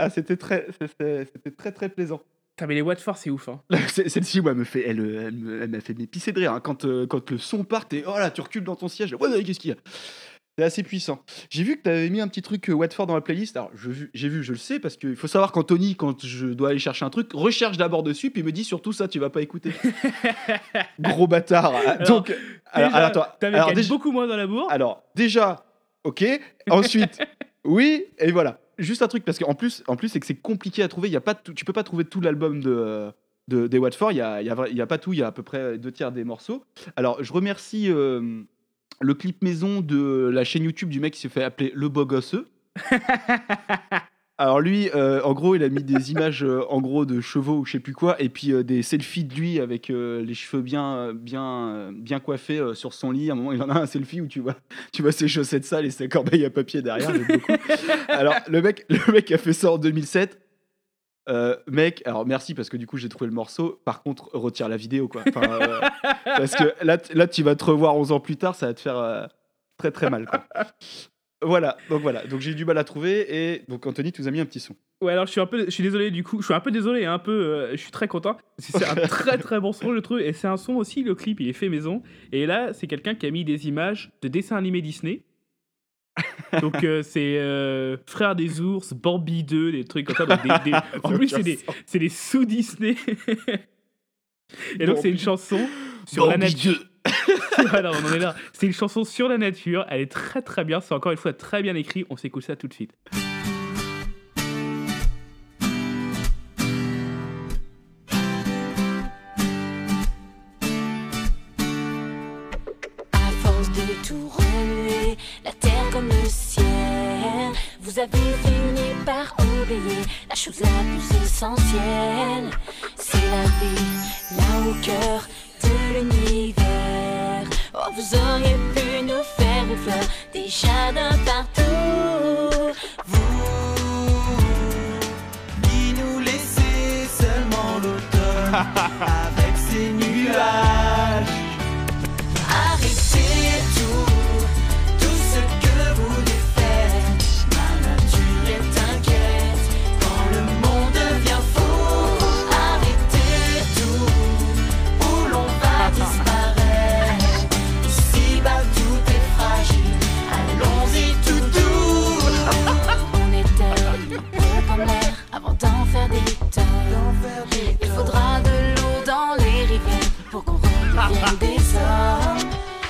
Ah, c'était très, c'était, c'était très très plaisant. Putain, mais les Watford, c'est ouf. Hein. C'est- Celle-ci, moi, elle me fait, elle, euh, elle, me- elle m'a fait mais pisser de rire. Hein. Quand, euh, quand le son part, et oh là, tu recules dans ton siège. Ouais, ouais, qu'est-ce qu'il y a? C'est assez puissant. J'ai vu que tu avais mis un petit truc euh, Watford dans la playlist. Alors, je, vu- j'ai vu, je le sais, parce qu'il faut savoir qu'Anthony, quand je dois aller chercher un truc, recherche d'abord dessus, puis me dit surtout ça, tu vas pas écouter. Gros bâtard. Donc, alors, Déjà, alors, attends. t'avais Alors, gagné déjà, beaucoup moins dans la bourre. alors, déjà, ok. Ensuite, oui, et voilà. Juste un truc, parce qu'en plus, en plus c'est que c'est compliqué à trouver. Il y a pas tout- tu peux pas trouver tout l'album de, euh, de, des Watford. Il y a, il y, a, vra- il y a pas tout. Il y a à peu près deux tiers des morceaux. Alors, je remercie euh, le clip maison de la chaîne YouTube du mec qui s'est fait appeler Le Beau Gosseux. Alors lui, euh, en gros, il a mis des images euh, en gros de chevaux ou je sais plus quoi, et puis euh, des selfies de lui avec euh, les cheveux bien, euh, bien, euh, bien coiffés euh, sur son lit. À un moment, il en a un selfie où tu vois, tu vois ses chaussettes sales et sa corbeille à papier derrière. J'aime beaucoup. Alors le mec, le mec a fait ça en deux mille sept. Euh, mec, alors merci parce que du coup j'ai trouvé le morceau. Par contre, retire la vidéo quoi. Enfin, euh, parce que là, t- là, tu vas te revoir onze ans plus tard, ça va te faire euh, très très mal quoi. Voilà, donc voilà, donc j'ai eu du mal à trouver et donc Anthony, tu nous as mis un petit son. Ouais, alors je suis un peu, je suis désolé du coup, je suis un peu désolé, un peu, euh, je suis très content. Parce que c'est un très très bon son, je trouve, et c'est un son aussi. Le clip, il est fait maison. Et là, c'est quelqu'un qui a mis des images de dessins animés Disney. Donc euh, c'est euh, Frères des ours, Bambi deux, des trucs comme ça. Donc des- des- En plus, c'est des, c'est des sous Disney. Et donc c'est une Bambi- chanson sur la Bambi nature. Voilà, on en est là. C'est une chanson sur la nature. Elle est très très bien. C'est encore une fois très bien écrit. On s'écoute ça tout de suite. À force de tout remuer, la terre comme le ciel, vous avez fini par oublier la chose la plus essentielle. C'est la vie, là au cœur de l'univers. Oh, vous auriez pu nous faire une fleur, des jardins partout. Vous Qui nous laissez seulement l'automne avec ses nuages. arrêtez tout, tout ce que vous faites. Ma nature est inquiète quand le monde devient fou. Arrêtez tout, ou l'on va disparaître. Ici-bas tout est fragile, allons-y tout doux. On était peu comme l'air avant d'en faire des tonnes. Il faudra de l'eau dans les rivières pour qu'on redevienne des hommes.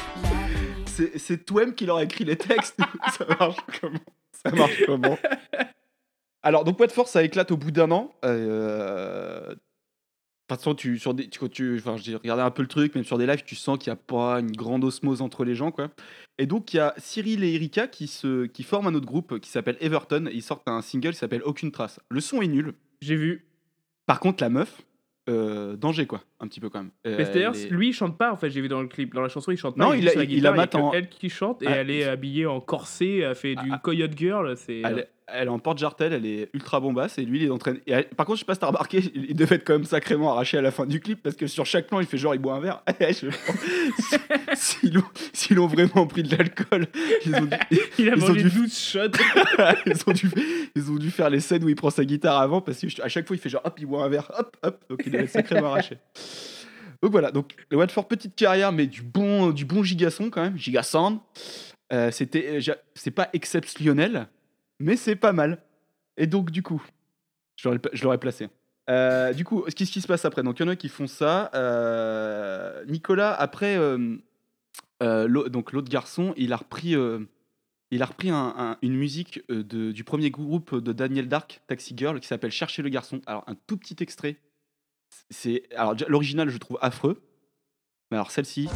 C'est, c'est toi-même qui leur a écrit les textes. Ça marche comment? Ça marche comment? Alors, donc, Watford, ça éclate au bout d'un an. Euh... De toute façon, tu, sur des, tu, quand tu, enfin, j'ai regardé un peu le truc, même sur des lives, tu sens qu'il n'y a pas une grande osmose entre les gens, quoi. Et donc, il y a Cyril et Erika qui, se, qui forment un autre groupe qui s'appelle Everton. Et ils sortent un single qui s'appelle Aucune Trace. Le son est nul. J'ai vu. Par contre, la meuf, euh, danger, quoi. Un petit peu quand même. Euh, Mais d'ailleurs, elle est- lui, il chante pas. En fait, j'ai vu dans le clip, dans la chanson, il chante pas. Non, il, il est a- sur la il- il guitare, la y a mate que en- elle qui chante et Ah. elle est habillée en corset, elle fait du Ah. coyote girl. C'est. Elle, est- elle est en porte-jartel, elle est ultra bombasse et lui il est en train de- et elle- par contre, je sais pas si t'as remarqué, il il devait être quand même sacrément arraché à la fin du clip parce que sur chaque plan il fait genre il boit un verre. Je pense- S'ils ont, s'ils ont vraiment pris de l'alcool, ils ont dû, Il a ils ont mangé dû- douze shots. ils, ont dû, ils ont dû faire les scènes où il prend sa guitare avant parce qu'à chaque fois il fait genre hop, il boit un verre, hop, hop, donc il devait être sacrément arraché. Donc voilà, donc le Watford, petite carrière, mais du bon, du bon gigason quand même, gigasound. Euh, c'était, euh, j'a- c'est pas exceptionnel, mais c'est pas mal. Et donc du coup, je l'aurais, je l'aurais placé. Euh, du coup, qu'est-ce qui se passe après? Donc il y en a qui font ça. Euh, Nicolas, après, euh, euh, l'au- donc l'autre garçon, il a repris, euh, il a repris un- un- une musique euh, de- du premier groupe de Daniel Dark, Taxi Girl, qui s'appelle Chercher le garçon. Alors un tout petit extrait. C'est, alors déjà, l'original, je trouve affreux. Mais alors celle-ci.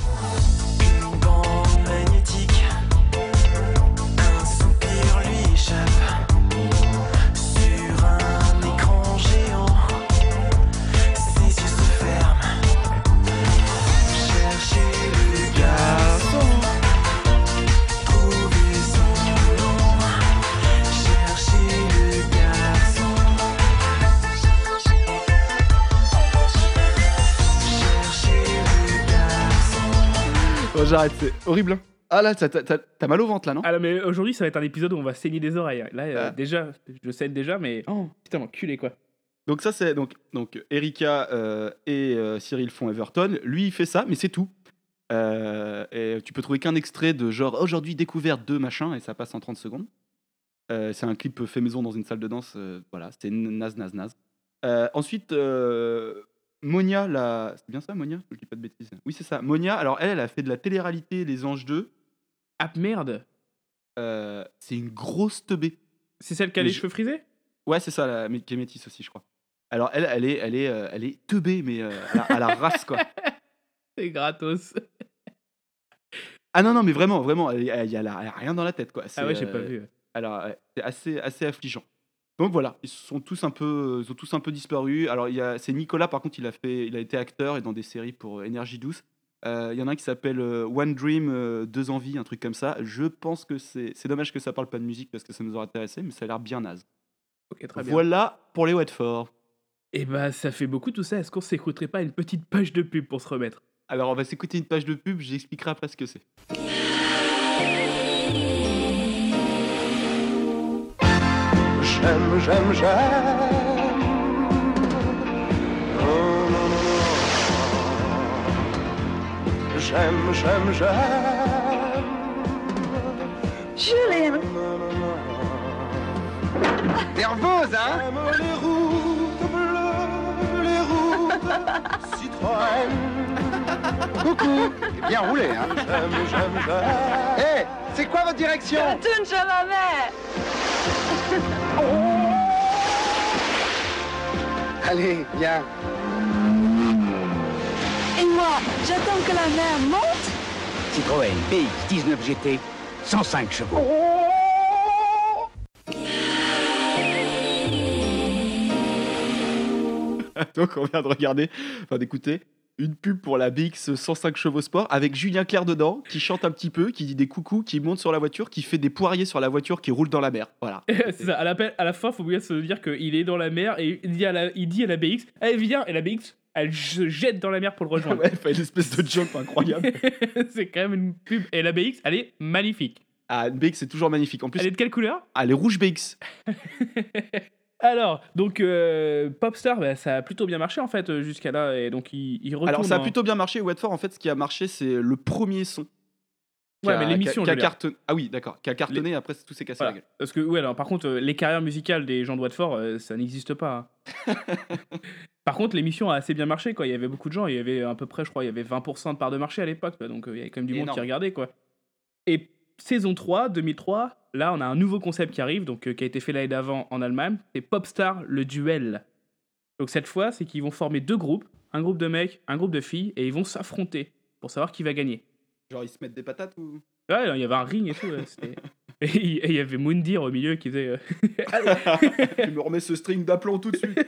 Une bande magnétique, un soupir lui échappe sur un écran géant. Ses yeux se ferment. Chercher le garçon, trouver son nom. Chercher le garçon, chercher le garçon. Oh, j'arrête, c'est horrible. Hein. Ah là, t'as, t'as- t'as mal au ventre là, non? Ah là, mais aujourd'hui, ça va être un épisode où on va saigner des oreilles. Là, euh, Ah. déjà, je saigne déjà, mais. Oh, putain, l'enculé, quoi. Donc ça c'est donc donc Erika euh, et euh, Cyril font Everton. Lui il fait ça, mais c'est tout. Euh, et tu peux trouver qu'un extrait de genre aujourd'hui découverte de machin et ça passe en trente secondes. Euh, c'est un clip fait maison dans une salle de danse. euh, voilà, c'est naze naze naze. Euh, ensuite euh, Monia, la... c'est bien ça Monia? Je dis pas de bêtises. Oui c'est ça. Monia. Alors elle, elle a fait de la télé-réalité Les Anges deux. Ah merde. Euh, c'est une grosse teubée. C'est celle qui a Mais les je- cheveux frisés? Ouais c'est ça, la... mais qui est métisse aussi je crois. Alors elle, elle est, elle est, euh, elle est teubée mais euh, à, la, à la race quoi. C'est gratos. Ah non, non, mais vraiment, vraiment, il y a, il y a la- il y a rien dans la tête, quoi. C'est, Ah ouais, j'ai pas euh, vu. Alors, ouais, c'est assez, assez affligeant. Donc voilà, ils sont tous un peu, ils ont tous un peu disparu. Alors, il y a, c'est Nicolas, par contre, il a fait, il a été acteur et dans des séries pour euh, Énergie douce. Euh, Il y en a un qui s'appelle euh, One Dream, euh, Deux Envies, un truc comme ça. Je pense que c'est, c'est dommage que ça parle pas de musique parce que ça nous aurait intéressé, mais ça a l'air bien naze. Ok, très bien. Voilà pour les Watford. Et bah, ça fait beaucoup tout ça. Est-ce qu'on s'écouterait pas une petite page de pub pour se remettre? Alors, on va s'écouter une page de pub, j'expliquerai après ce que c'est. J'aime, j'aime, j'aime. Non, non, non, non. J'aime, j'aime, j'aime. Julien. Nerveuse, hein? J'aime les routes bleues, les routes Citroën. Coucou, t'es bien roulé, hein? J'aime, j'aime, j'aime. Hé, c'est quoi votre direction? Retourne chez ma mère. Allez, viens. Et moi, j'attends que la mer monte. Citroën B X dix-neuf G T, cent cinq chevaux. Donc on vient de regarder, enfin d'écouter, une pub pour la B X cent cinq chevaux sport avec Julien Clerc dedans, qui chante un petit peu, qui dit des coucous, qui monte sur la voiture, qui fait des poiriers sur la voiture, qui roule dans la mer. Voilà. C'est ça, à la, pe- à la fin, faut bien se dire qu'il est dans la mer et il dit à la, il dit à la B X, allez viens, et la B X, elle se jette dans la mer pour le rejoindre. Ouais, elle fait une espèce de jump incroyable. C'est quand même une pub. Et la B X, elle est magnifique. Ah, une B X c'est toujours magnifique. En plus, Elle est de quelle couleur? ah, elle est rouge B X. Alors, donc euh, Popstar, bah, ça a plutôt bien marché en fait euh, jusqu'à là, et donc il, il retourne. Alors ça a en- plutôt bien marché. Watford, en fait, ce qui a marché, c'est le premier son. qui Ouais, a- mais l'émission, qui a, je qui a veux dire. cartonné. Ah oui, d'accord. Qui a cartonné. Après, tout s'est cassé Voilà. la gueule. Parce que, ouais, alors par contre, euh, les carrières musicales des gens de Watford, euh, ça n'existe pas. hein. Par contre, l'émission a assez bien marché, quoi. Il y avait beaucoup de gens, il y avait à peu près, je crois, il y avait vingt pour cent de part de marché à l'époque, quoi. Donc euh, il y avait quand même du monde qui Énorme. regardait, quoi. Et saison trois, deux mille trois, là, on a un nouveau concept qui arrive, donc euh, qui a été fait l'année d'avant en Allemagne, c'est Popstar, le duel. Donc cette fois, c'est qu'ils vont former deux groupes, un groupe de mecs, un groupe de filles, et ils vont s'affronter pour savoir qui va gagner. Genre, ils se mettent des patates ou. Ouais, il y avait un ring et tout. ouais, c'était- Et il et il y avait Moundir au milieu qui faisait. euh, Tu me remets ce string d'aplomb tout de suite.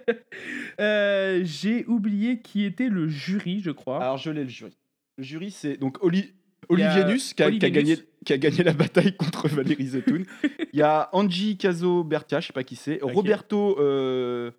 Euh, J'ai oublié qui était le jury, je crois. Alors, je l'ai le jury. Le jury, c'est donc Oli- Il y a Olivier Nuss qui a, qui a Olivier gagné, Nuss. qui a gagné la bataille contre Valérie Zetoun. Il y a Angie Caso Bertia, je sais pas qui c'est. Roberto euh,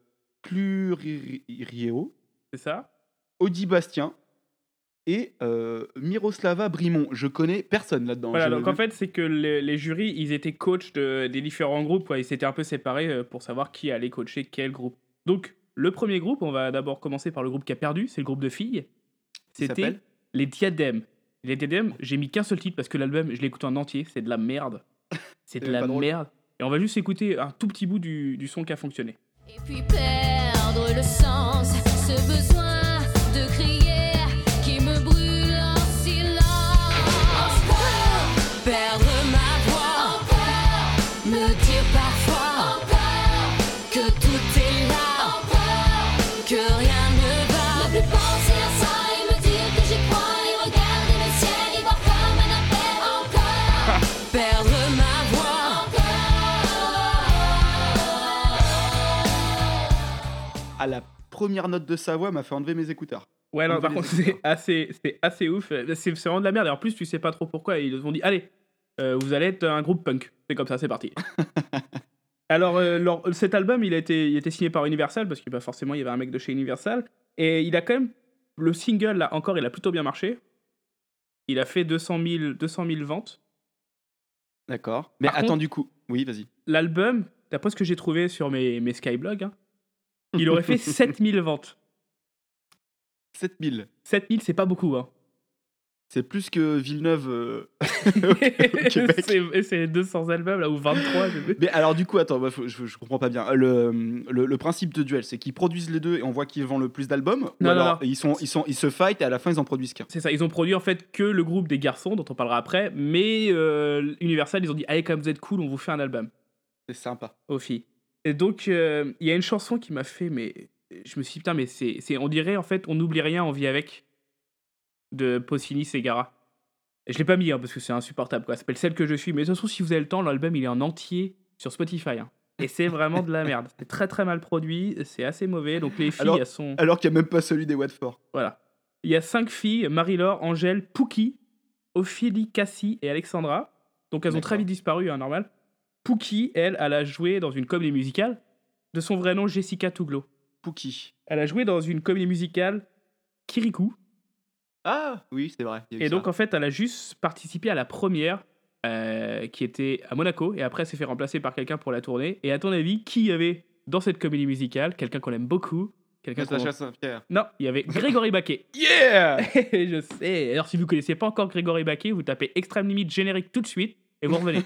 Pluriero. C'est ça. Audi Bastien. Et euh, Miroslava Brimont. Je connais personne là-dedans. Voilà, Je- donc en fait, c'est que les, les jurys, ils étaient coachs de- des différents groupes. quoi. Ils s'étaient un peu séparés euh, pour savoir qui allait coacher quel groupe. Donc, le premier groupe, on va d'abord commencer par le groupe qui a perdu, c'est le groupe de filles. Qui C'était s'appelle les Diadèmes. Les Diadèmes, j'ai mis qu'un seul titre parce que l'album, je l'écoute en entier, c'est de la merde. C'est de même la pas drôle. merde. Et on va juste écouter un tout petit bout du, du son qui a fonctionné. Et puis perdre le sens, ce besoin de crier qui me brûle en silence. Encore perdre ma voix, encore me dire parfois encore que tout est là, encore que rien ne va. Ne plus penser à ça et me dire que j'y crois et regarder le ciel et voir comme un appel. Encore perdre ma voix, À la première note de sa voix, m'a fait enlever mes écouteurs. Ouais, non, Enlever par les contre, écouteurs. c'est assez, c'est assez ouf. C'est c'est vraiment de la merde. Et en plus, tu sais pas trop pourquoi. Ils nous ont dit, allez, euh, vous allez être un groupe punk. C'est comme ça, c'est parti. Alors, euh, leur- cet album, il a été, il a été signé par Universal, parce que bah, forcément, il y avait un mec de chez Universal. Et il a quand même, le single, là, encore, il a plutôt bien marché. Il a fait deux cent mille, deux cent mille ventes. D'accord. Mais Par attends, contre- du coup. Oui, vas-y. L'album, d'après ce que j'ai trouvé sur mes, mes Skyblogs, hein, il aurait fait sept mille ventes. sept mille. sept mille, c'est pas beaucoup. Hein. C'est plus que Villeneuve euh, au Québec. c'est, c'est deux cents albums, là, ou vingt-trois. je sais plus. Mais alors, du coup, attends, bah, faut- je, je comprends pas bien. Le, le, le principe de duel, c'est qu'ils produisent les deux et on voit qu'ils vendent le plus d'albums. Ou Non, non, alors non. Ils, sont, ils, sont, ils se fight et à la fin, ils en produisent qu'un. C'est ça, ils ont produit en fait que le groupe des garçons, dont on parlera après, mais euh, Universal, ils ont dit, allez, comme vous êtes cool, on vous fait un album. C'est sympa. Aux filles. Et donc, euh, il y a une chanson qui m'a fait, mais je me suis dit, putain, mais c'est, c'est, on dirait en fait, on n'oublie rien, on vit avec, de Posini Segara. Et je l'ai pas mis, hein, parce que c'est insupportable, quoi. Ça s'appelle Celle que je suis, mais de toute façon, si vous avez le temps, l'album, il est en entier sur Spotify. Hein. Et c'est vraiment de la merde. C'est très très mal produit, c'est assez mauvais, donc les filles, Alors, elles sont... alors qu'il n'y a même pas celui des Watford. Voilà. Il y a cinq filles, Marie-Laure, Angèle, Pookie, Ophélie, Cassie et Alexandra. Donc elles ont très vite disparu, hein, normal. Pookie, elle, elle a joué dans une comédie musicale de son vrai nom Jessica Touglo. Pookie. Elle a joué dans une comédie musicale Kirikou. Ah oui, c'est vrai. il y a eu Et ça. donc en fait, elle a juste participé à la première euh, qui était à Monaco et après elle s'est fait remplacer par quelqu'un pour la tournée. Et à ton avis, qui y avait dans cette comédie musicale? Quelqu'un qu'on aime beaucoup. Quelqu'un qu'on... Natacha Saint-Pierre. Non, il y avait Grégory Baquet. Yeah. Je sais. Alors si vous connaissez pas encore Grégory Baquet, vous tapez Extrême Limite générique tout de suite et vous revenez.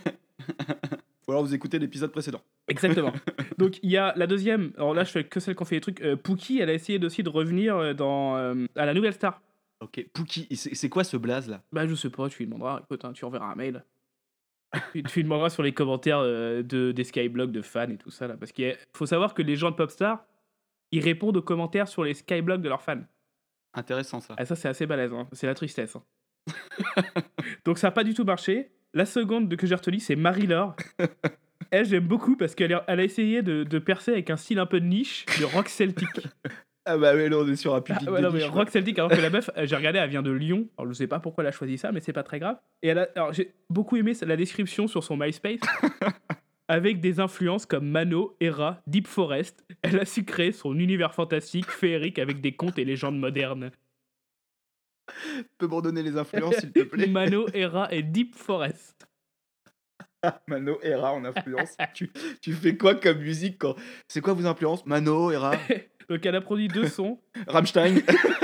Ou alors vous écoutez l'épisode précédent. Exactement. Donc il y a la deuxième. Alors là, je fais que celle qu'on fait des trucs. Euh, Pookie, elle a essayé aussi de revenir euh, dans euh, à la Nouvelle Star. Ok, Pookie, c'est c'est quoi ce blaze là? Bah je sais pas, tu lui demanderas. Écoute, hein, tu enverras un mail. tu, tu lui demanderas sur les commentaires euh, de, des Skyblogs de fans et tout ça là, parce qu'il y a- faut savoir que les gens de Popstar, ils répondent aux commentaires sur les Skyblogs de leurs fans. Intéressant ça. Ah ça c'est assez balèze, hein. C'est la tristesse. hein. Donc ça a pas du tout marché. La seconde de que j'ai retenue, c'est Marie-Laure. Elle, j'aime beaucoup parce qu'elle a, elle a essayé de, de percer avec un style un peu de niche, de rock celtique. Ah bah oui, là on est sur un public Ah ouais, de non, mais niche, rock ouais. celtique, alors que la meuf, euh, j'ai regardé, elle vient de Lyon. Alors je sais pas pourquoi elle a choisi ça, mais c'est pas très grave. Et elle a, alors j'ai beaucoup aimé la description sur son MySpace. Avec des influences comme Mano, Hera, Deep Forest, elle a su créer son univers fantastique, féerique, avec des contes et légendes modernes. Tu peux me redonner les influences s'il te plaît? Mano, Hera et Deep Forest. Mano, Hera en influence. tu, tu fais quoi comme musique quand... C'est quoi vos influences? Mano, Hera, Donc elle a produit deux sons. Rammstein.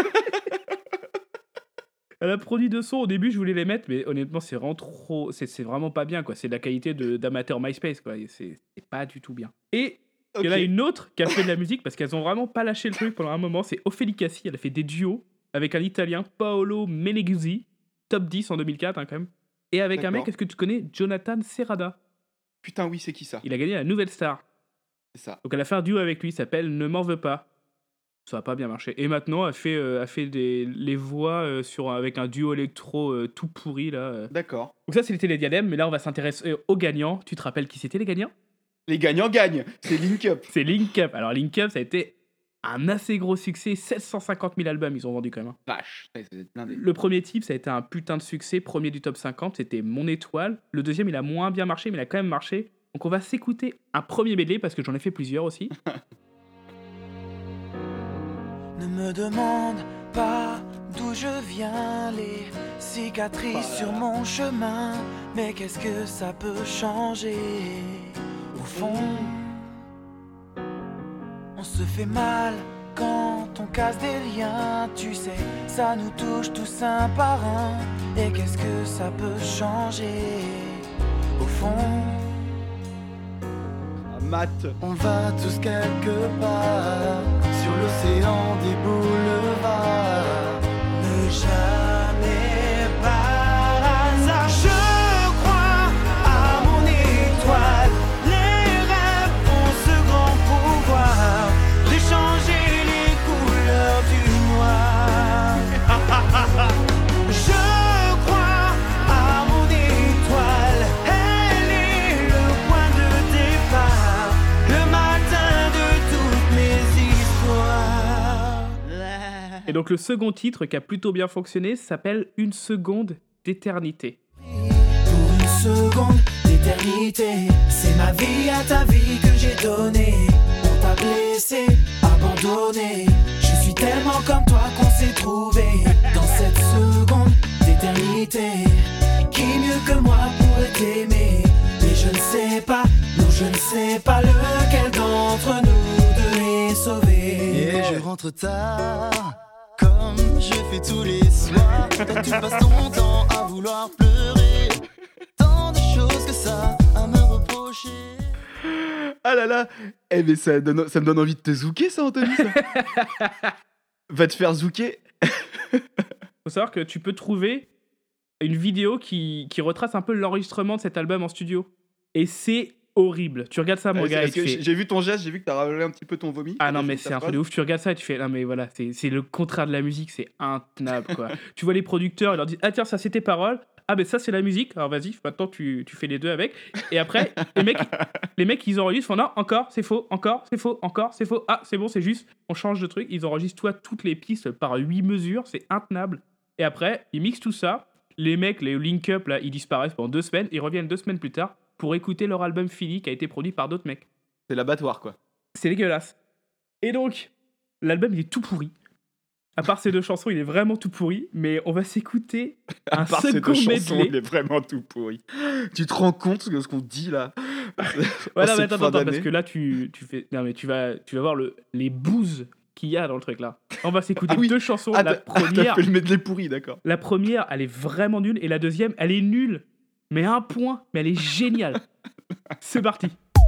Elle a produit deux sons. Au début, je voulais les mettre, mais honnêtement, c'est vraiment trop. C'est, c'est vraiment pas bien, quoi. C'est de la qualité de, d'amateur MySpace, quoi. Et c'est, c'est pas du tout bien. Et il y en a Ok. une autre qui a fait de la musique parce qu'elles ont vraiment pas lâché le truc pendant un moment. C'est Ophélie Cassie. Elle a fait des duos avec un Italien, Paolo Meneguzzi, top dix en deux mille quatre, hein, quand même. Et avec un mec, D'accord. est-ce que tu connais Jonathan Serrada? Putain, oui, c'est qui ça? Il a gagné la Nouvelle Star. C'est ça. Donc elle a fait un duo avec lui, il s'appelle Ne m'en veux pas. Ça a pas bien marché. Et maintenant, elle fait, euh, elle fait des, les voix euh, sur, avec un duo électro euh, tout pourri, là. euh. D'accord. Donc ça, c'était les diadèmes, mais là, on va s'intéresser euh, aux gagnants. Tu te rappelles qui c'était, les gagnants? Les gagnants gagnent. C'est Link Up. C'est Link Up. Alors, Link Up, ça a été un assez gros succès. sept cent cinquante mille albums, ils ont vendu quand même. hein. Vache. Ouais, c'est blindé. Le premier type, ça a été un putain de succès. Premier du top cinquante, c'était Mon Étoile. Le deuxième, il a moins bien marché, mais il a quand même marché. Donc, on va s'écouter un premier medley, parce que j'en ai fait plusieurs aussi. Ne me demande pas d'où je viens, les cicatrices sur mon chemin. Mais qu'est-ce que ça peut changer? Au fond, on se fait mal quand on casse des liens. Tu sais, ça nous touche tous un par un. Et qu'est-ce que ça peut changer? Au fond, Matt. on va tous quelque part sur l'océan des boulevards. Ne jamais par hasard. Je crois à mon étoile. Les rêves ont ce grand pouvoir de changer les couleurs du noir. Je crois à mon étoile. Elle est le point de départ, le matin de toutes mes histoires. Et donc, le second titre, qui a plutôt bien fonctionné, s'appelle Une seconde d'éternité. Pour une seconde d'éternité, c'est ma vie à ta vie que j'ai donnée. On t'a blessé, abandonné. Je suis tellement comme toi qu'on s'est trouvé. Dans cette seconde d'éternité, l'éternité. Qui mieux que moi pourrait t'aimer? Mais je ne sais pas, non je ne sais pas lequel d'entre nous deux est sauvé. Et je rentre tard, comme je fais tous les soirs. Toi tu passes ton temps à vouloir pleurer. Tant de choses que ça à me reprocher. Ah là là. Eh mais ça, donne, ça me donne envie de te zouker ça, Anthony, ça. Va te faire zouker. Faut savoir que tu peux trouver une vidéo qui, qui retrace un peu l'enregistrement de cet album en studio. Et c'est horrible. Tu regardes ça, mon Ouais, gars. c'est- et tu parce que fais- J'ai vu ton geste, j'ai vu que t'as ravalé un petit peu ton vomi. Ah non, T'as mais fait ta c'est un truc phrase. de ouf. Tu regardes ça et tu fais, non, mais voilà, c'est, c'est le contraire de la musique, c'est intenable, quoi. Tu vois les producteurs, ils leur disent, ah tiens, ça c'est tes paroles. Ah, ben ça c'est la musique. Alors vas-y, maintenant tu, tu fais les deux avec. Et après, les mecs, les mecs ils enregistrent, font non, encore, c'est faux, encore, c'est faux, encore, c'est faux. Ah, c'est bon, c'est juste, on change de truc. Ils enregistrent toi, toutes les pistes par huit mesures, c'est intenable. Et après, ils mixent tout ça. Les mecs, les link-up, là, ils disparaissent pendant deux semaines. Ils reviennent deux semaines plus tard pour écouter leur album fini qui a été produit par d'autres mecs. C'est l'abattoir, quoi. C'est dégueulasse. Et donc, l'album, il est tout pourri. À part ces deux chansons, il est vraiment tout pourri. Mais on va s'écouter un À part ces second deux chansons, medley. il est vraiment tout pourri. Tu te rends compte de ce qu'on dit là? Ouais, non, En mais cette attends, fin attends, parce d'année. que là, tu, tu fais... Non, mais tu vas, tu vas voir le, les bouses qu'il y a dans le truc, là. On va s'écouter Ah oui. deux chansons. Ah, la t'as- t'as première... fait le medley pourri, d'accord. La première, elle est vraiment nulle. Et la deuxième, elle est nulle. Mais un point. Mais elle est géniale. C'est parti.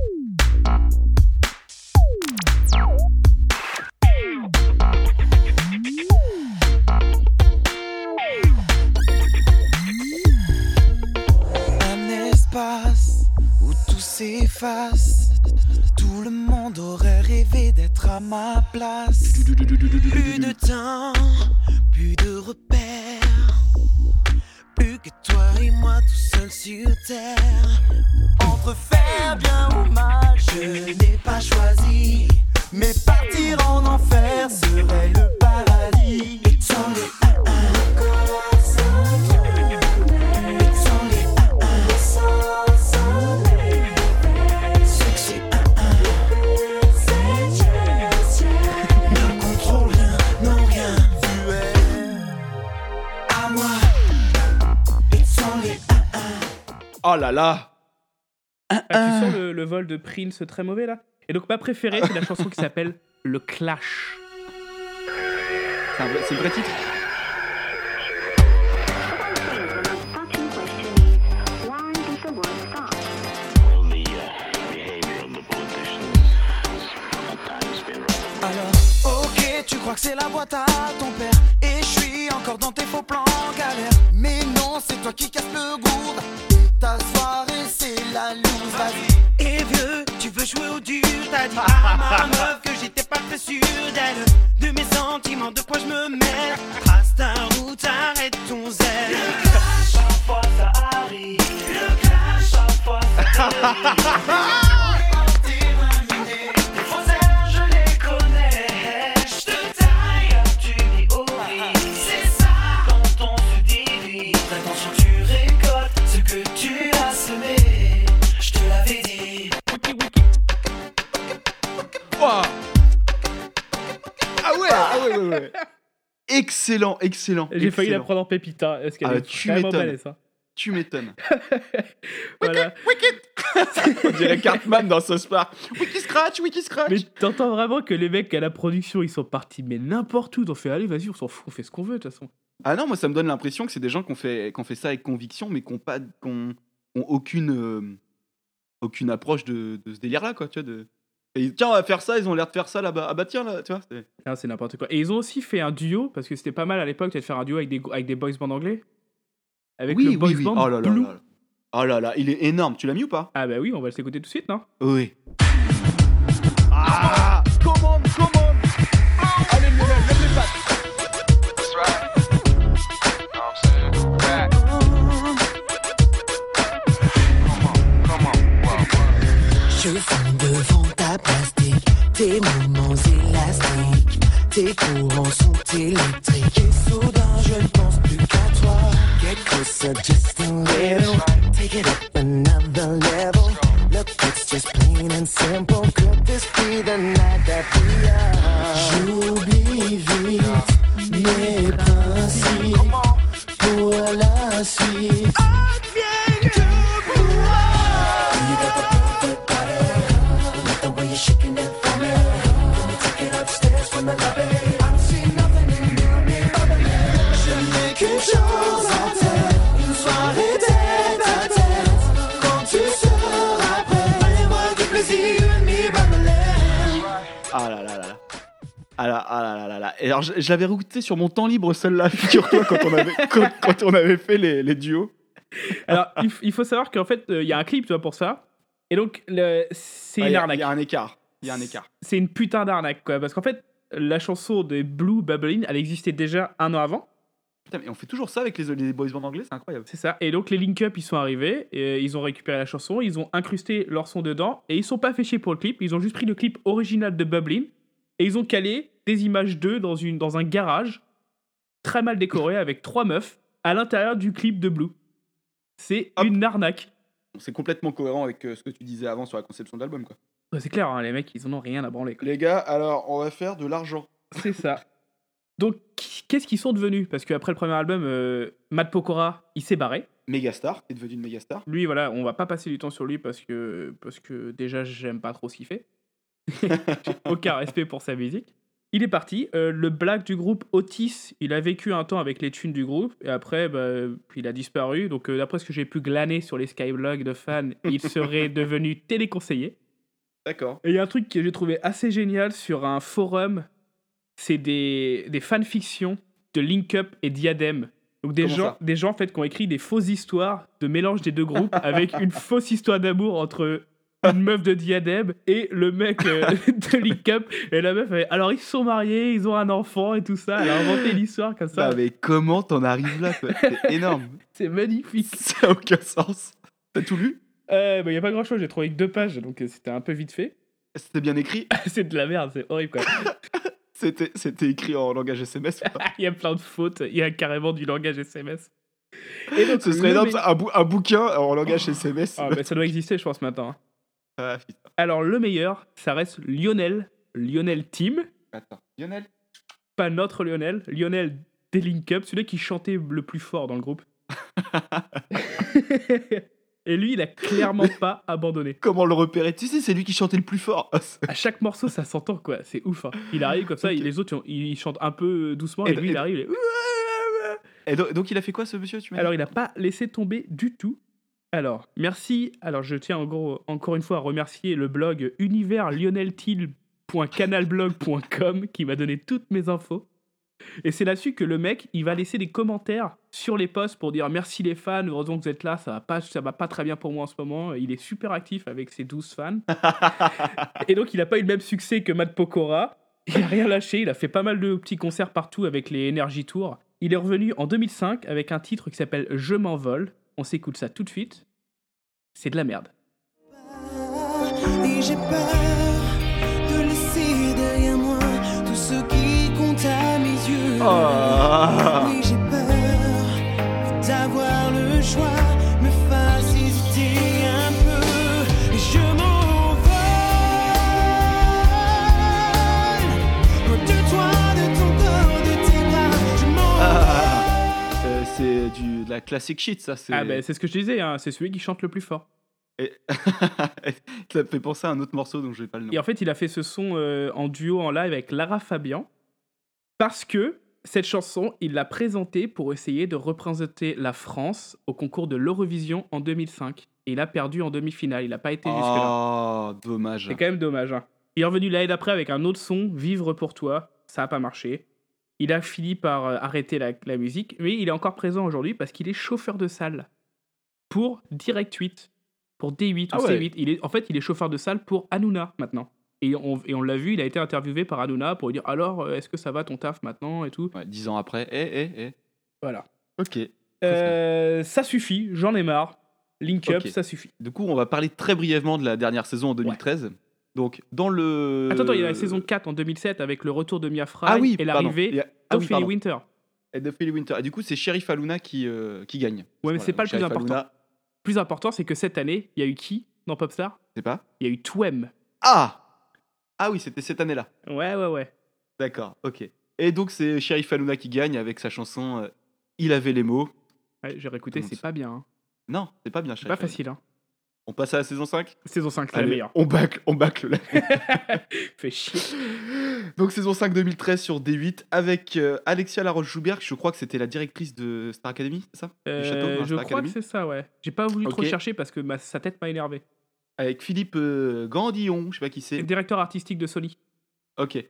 Un espace où tout s'efface. Tout le monde aurait rêvé d'être à ma place. Plus de temps, plus de repères. Plus que toi et moi tout seul sur terre. Entre faire bien ou mal, je n'ai pas choisi. Mais partir en enfer serait le paradis. It's only un, un. It's only un, un. Succès un, un. Ne contrôle rien, non rien. Tu es à moi. It's only un, un. Oh là là. Ah, tu sens le, le vol de Prince très mauvais là? Et donc ma préférée, c'est la chanson qui s'appelle Le Clash. C'est un vrai- c'est le vrai titre. Alors, ok, tu crois que c'est la boîte à ton père. Et je suis encore dans tes faux plans galère. Mais non, c'est toi qui casse le gourde. Et ta soirée, c'est la loose, vas-y. Et vieux, tu veux jouer au dur. T'as dit à ma meuf que j'étais pas très sûr d'elle. De mes sentiments, de quoi je me mêle. Trace ta route, arrête ton zèle. Le clash, parfois ça arrive. Le clash, parfois ça arrive. Les faux airs, je les connais. Je te taille, tu dis horrible. C'est ça quand on se divise. Attention, tu récoltes ce que tu as semé. Je te l'avais dit. Ouah. Ah ouais, ah ouais, ouais, ouais. Excellent, excellent. J'ai failli la excellent. prendre en pépita. Parce qu'elle Ah, est tu vraiment m'étonnes. belle, ça. Tu m'étonnes. Voilà. On dirait Cartman dans South Park. Wiki Scratch, Wiki Scratch. Mais t'entends vraiment que les mecs à la production, ils sont partis, mais n'importe où. Ils ont fait, allez, vas-y, on s'en fout, on fait ce qu'on veut, de toute façon. Ah non, moi ça me donne l'impression que c'est des gens qui ont fait, qui ont fait ça avec conviction, mais qui n'ont pas, qui ont, qui ont aucune, euh, aucune approche de, de ce délire-là, quoi. Tu vois, de... Et tiens, on va faire ça. Ils ont l'air de faire ça là-bas. Ah bah tiens là, tu vois. C'est... Ah, c'est n'importe quoi. Et ils ont aussi fait un duo, parce que c'était pas mal à l'époque de faire un duo avec des, avec des boys bands anglais. Avec oui, le boys oui, oui. band Oh là là Blue. là là. Oh là là, il est énorme. Tu l'as mis ou pas? Ah bah oui, on va le s'écouter tout de suite, non? Oui. Ah, comment, comment? Allez, les mecs, lève les pattes. Je fume devant ta plastique, tes moments élastiques, tes courants sont électriques. Et soudain je ne pense plus qu'à toi. Get closer just a little, take it up another level. Look, it's just plain and simple. Could this be the night that we are? J'oublie vite mes principes pour la Ah là, ah là là là là. Et alors, je, je l'avais réécouté sur mon temps libre, celle-là, figure-toi, quand on avait, quand, quand on avait fait les, les duos. Alors, il, f- il faut savoir qu'en fait, il y a un clip, tu vois, pour ça. Et donc, le- c'est Ah, une y a- arnaque. Il y a un écart. Il y a un écart. C'est une putain d'arnaque, quoi. Parce qu'en fait, la chanson de Blue Bubbling, elle existait déjà un an avant. Putain, mais on fait toujours ça avec les, les boys bands anglais, c'est incroyable. C'est ça. Et donc, les Link Up, ils sont arrivés, et ils ont récupéré la chanson, ils ont incrusté leur son dedans, et ils sont pas fait chier pour le clip. Ils ont juste pris le clip original de Bubbling, et ils ont calé des images d'eux dans, une, dans un garage, très mal décoré, avec trois meufs, à l'intérieur du clip de Blue. C'est Hop. une arnaque. C'est complètement cohérent avec euh, ce que tu disais avant sur la conception de l'album, quoi. Ouais, c'est clair, hein, les mecs, ils en ont rien à branler, quoi. Les gars, alors, on va faire de l'argent. C'est ça. Donc, qui- qu'est-ce qu'ils sont devenus? Parce qu'après le premier album, euh, Matt Pokora, il s'est barré. Mégastar, qui est devenu une mégastar. Lui, voilà, on va pas passer du temps sur lui parce que, parce que déjà, j'aime pas trop ce qu'il fait. J'ai aucun respect pour sa musique. Il est parti. Euh, le black du groupe Otis, il a vécu un temps avec les thunes du groupe et après, bah, il a disparu. Donc, euh, d'après ce que j'ai pu glaner sur les skyblogs de fans, il serait devenu téléconseiller. D'accord. Et il y a un truc que j'ai trouvé assez génial sur un forum, c'est des, des fanfictions de Link Up et Diadem. Donc des Comment gens, ça des gens en fait, qui ont écrit des fausses histoires de mélange des deux groupes avec une fausse histoire d'amour entre une meuf de Diadem et le mec euh, de Link Up. Et la meuf, elle, alors ils se sont mariés, ils ont un enfant et tout ça. Elle a inventé l'histoire comme ça. Bah, mais comment t'en arrives là, quoi? C'est énorme. C'est magnifique. Ça n'a aucun sens. T'as tout lu? Il n'y a pas grand chose, j'ai trouvé que deux pages, donc euh, c'était un peu vite fait. C'était bien écrit? C'est de la merde, c'est horrible quoi. C'était, c'était écrit en langage S M S ou pas? Il y a plein de fautes, il y a carrément du langage S M S. Et donc, Ce serait le énorme, mé- ça, un, bou- un bouquin en langage S M S. Ah, bah, ça doit exister, je pense, maintenant. Ah, putain. Alors, le meilleur, ça reste Lionel. Lionel Team. Attends, Lionel? Pas notre Lionel. Lionel des Link Up, celui qui chantait le plus fort dans le groupe. Et lui, il a clairement pas abandonné. Comment le repérer? Tu sais, c'est lui qui chantait le plus fort. À chaque morceau, ça s'entend, quoi. C'est ouf. Hein. Il arrive comme ça, Ok. et les autres, ils ils chantent un peu doucement, Et et, do- lui, et il do- arrive, il est... Et donc, donc il a fait quoi, ce monsieur, tu m'as dit? Alors, il n'a pas laissé tomber du tout. Alors, merci. Alors, je tiens en gros, encore une fois à remercier le blog univers lionel till point canalblog point com qui m'a donné toutes mes infos. Et c'est là-dessus que le mec, il va laisser des commentaires sur les posts pour dire merci les fans, heureusement que vous êtes là, ça va pas, ça va pas très bien pour moi en ce moment. Il est super actif avec ses douze fans. Et donc, il n'a pas eu le même succès que Matt Pokora. Il n'a rien lâché, il a fait pas mal de petits concerts partout avec les Energy Tours. Il est revenu en deux mille cinq avec un titre qui s'appelle Je m'envole. On s'écoute ça tout de suite. C'est de la merde. Et j'ai peur de laisser derrière moi tout ce qui compte à mes yeux. Oh. Et j'ai peur d'avoir le choix, me fasse hésiter un peu. Et je m'envole loin de toi, de ton corps, de tes bras. Je m'envole. Ah, euh, c'est du, de la classic shit, ça. C'est... Ah ben c'est ce que je disais, hein, c'est celui qui chante le plus fort. Et... ça me fait penser à un autre morceau dont je vais pas le nom. Et en fait, il a fait ce son euh, en duo en live avec Lara Fabian parce que cette chanson, il l'a présentée pour essayer de représenter la France au concours de l'Eurovision en deux mille cinq. Et il a perdu en demi-finale, il n'a pas été jusque-là. Oh, dommage. C'est quand même dommage. Hein. Il est revenu l'année d'après avec un autre son, Vivre pour toi. Ça n'a pas marché. Il a fini par euh, arrêter la, la musique, mais il est encore présent aujourd'hui parce qu'il est chauffeur de salle pour Direct huit, pour D huit Ah ou ouais. C huit. Il est, en fait, il est chauffeur de salle pour Hanouna maintenant. Et on, et on l'a vu, il a été interviewé par Hanouna pour lui dire alors, euh, est-ce que ça va ton taf maintenant et tout. Ouais, dix ans après. Eh, eh, eh. Voilà. Ok. Euh, ça suffit, j'en ai marre. Link Up, Ok. ça suffit. Du coup, on va parler très brièvement de la dernière saison en deux mille treize. Donc, dans le. Attends, attends, il y a la saison quatre en deux mille sept avec le retour de Mia Fry Ah oui, et pardon. l'arrivée Il y a- ah oui, d'Ophélie pardon. Winter. Et de Philly Winter. Et du coup, c'est Sheriff Aluna qui, euh, qui gagne. Ouais, mais Voilà, c'est pas le plus Sheriff important. Aluna, Le plus important, c'est que cette année, il y a eu qui dans Popstar? c'est pas Il y a eu Twem. Ah Ah oui, c'était cette année-là. Ouais, ouais, ouais. D'accord, ok. Et donc, c'est Sheriff Aluna qui gagne avec sa chanson euh, Il avait les mots. Ouais, j'ai réécouté, Comment c'est ça pas bien. Hein. Non, c'est pas bien, C'est Sheriff pas facile. Hein. Aluna. On passe à la saison cinq. Saison cinq, c'est la Allez, meilleure. On bâcle, on bâcle là. Fait chier. Donc, saison cinq deux mille treize sur D huit avec euh, Alexia Laroche-Joubert, je crois que c'était la directrice de Star Academy, c'est ça Euh, Du château, hein, je Star crois Academy. que c'est ça, ouais. J'ai pas voulu trop Ok. chercher parce que ma, sa tête m'a énervé. Avec Philippe euh, Gandillon, je sais pas qui C'est le c'est. directeur artistique de Sony. Ok.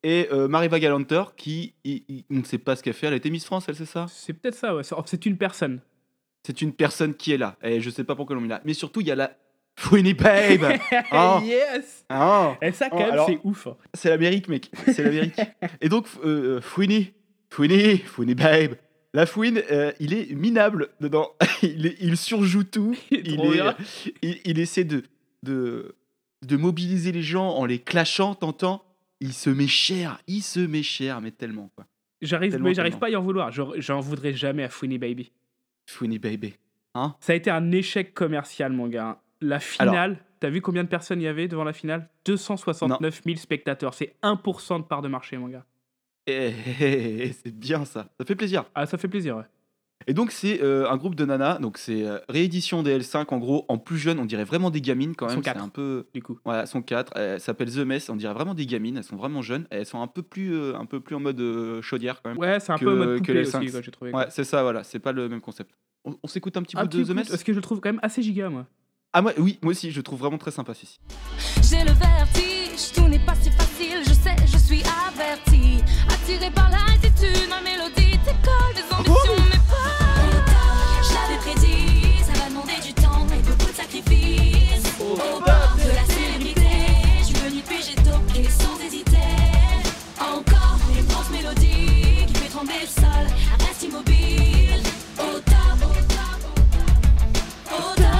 Et euh, Mariva Galanter, qui, il- il- on ne sait pas ce qu'elle fait, elle a été Miss France, elle, c'est ça? C'est peut-être ça, ouais. C'est oh, c'est une personne. C'est une personne qui est là, et je sais pas pourquoi l'on mis là. Mais surtout, il y a la Fouini Babe. Oh. Yes. Oh. Et ça, quand Oh, même, alors, c'est ouf. hein. c'est l'Amérique, mec. C'est l'Amérique. Et donc, euh, Fouini, Fouini, Fouini Babe. La Fouine, euh, il est minable dedans. il, est- il surjoue tout. Il, trop est- bien. il, il essaie de, de, de mobiliser les gens en les clashant, t'entends? Il se met cher, il se met cher, mais tellement, quoi. J'arrive, Tellement, mais j'arrive tellement. pas à y en vouloir. Je- J'en voudrais jamais à Fouini Baby. Fouini Baby. Hein? Ça a été un échec commercial, mon gars. La finale, t'as vu combien de personnes il y avait devant la finale? deux cent soixante-neuf mille spectateurs. C'est un pour cent de part de marché, mon gars. Eh, eh, eh, eh, c'est bien ça. Ça fait plaisir. Ah, ça fait plaisir, ouais. Et donc, c'est euh, un groupe de nanas. Donc, c'est euh, réédition des L cinq, en gros, en plus jeune. On dirait vraiment des gamines quand Elles même. sont C'est quatre, un peu. du coup. Voilà, elles sont quatre. Elles s'appellent The Mess. On dirait vraiment des gamines. Elles sont vraiment jeunes. Elles sont un peu plus, euh, un peu plus en mode euh, chaudière quand même. Ouais, c'est un que- peu en mode que poupée les aussi, L cinq. quoi, j'ai trouvé. Ouais, c'est ça, voilà. C'est pas le même concept. On, on s'écoute un petit Un bout petit de The coup, Mess? parce que je le trouve quand même assez giga, moi. Ah, moi, oui, moi aussi, je le trouve vraiment très sympa, celui-ci. J'ai le vertige, tout n'est pas si facile, je sais, je suis averti. Attiré par l'altitude, ma mélodie t'école des ambitions, mais pas. Je l'avais prédit, ça va demander du temps et beaucoup de sacrifices. Au bord de la célébrité, je me n'y puis j'ai toqué sans hésiter. Encore une grosse mélodie qui fait trembler le sol, reste immobile. Au top, au top, au top.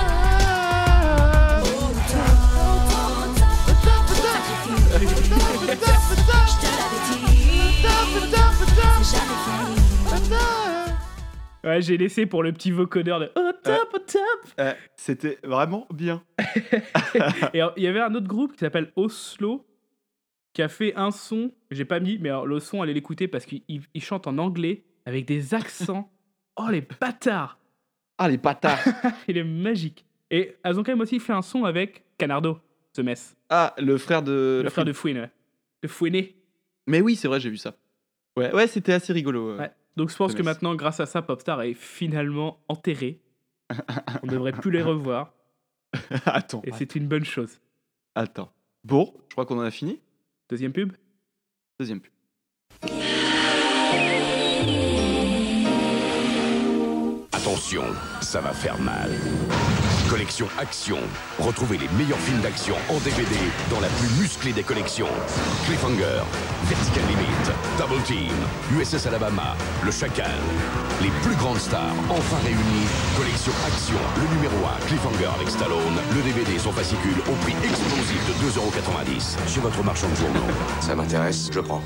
Ouais, j'ai laissé pour le petit vocodeur de oh top, au top. Euh, C'était vraiment bien. Et alors, il y avait un autre groupe qui s'appelle Oslo qui a fait un son, j'ai pas mis, mais alors, le son, allez l'écouter parce qu'il il- il chante en anglais avec des accents. Oh les bâtards. Ah, les bâtards. Il est magique. Et elles ont quand même aussi fait un son avec Canardo, ce mess. Ah, le frère de. Le la frère Fouine. de Fouine, ouais. De Fouiné. Mais oui, c'est vrai, j'ai vu ça. Ouais, ouais, c'était assez rigolo. euh. Ouais. Donc je pense Ce que mess. maintenant, grâce à ça, Popstar est finalement enterré. On ne devrait plus les revoir. Attends. Et c'est une bonne chose. Attends. Bon, je crois qu'on en a fini. Deuxième pub. Deuxième pub. Attention, ça va faire mal. Collection Action. Retrouvez les meilleurs films d'action en D V D dans la plus musclée des collections. Cliffhanger, Vertical Limit, Double Team, U S S Alabama, Le Chacal. Les plus grandes stars enfin réunies. Collection Action, le numéro un, Cliffhanger avec Stallone. Le D V D et son fascicule au prix explosif de deux euros quatre-vingt-dix chez votre marchand de journaux. Ça m'intéresse, je prends.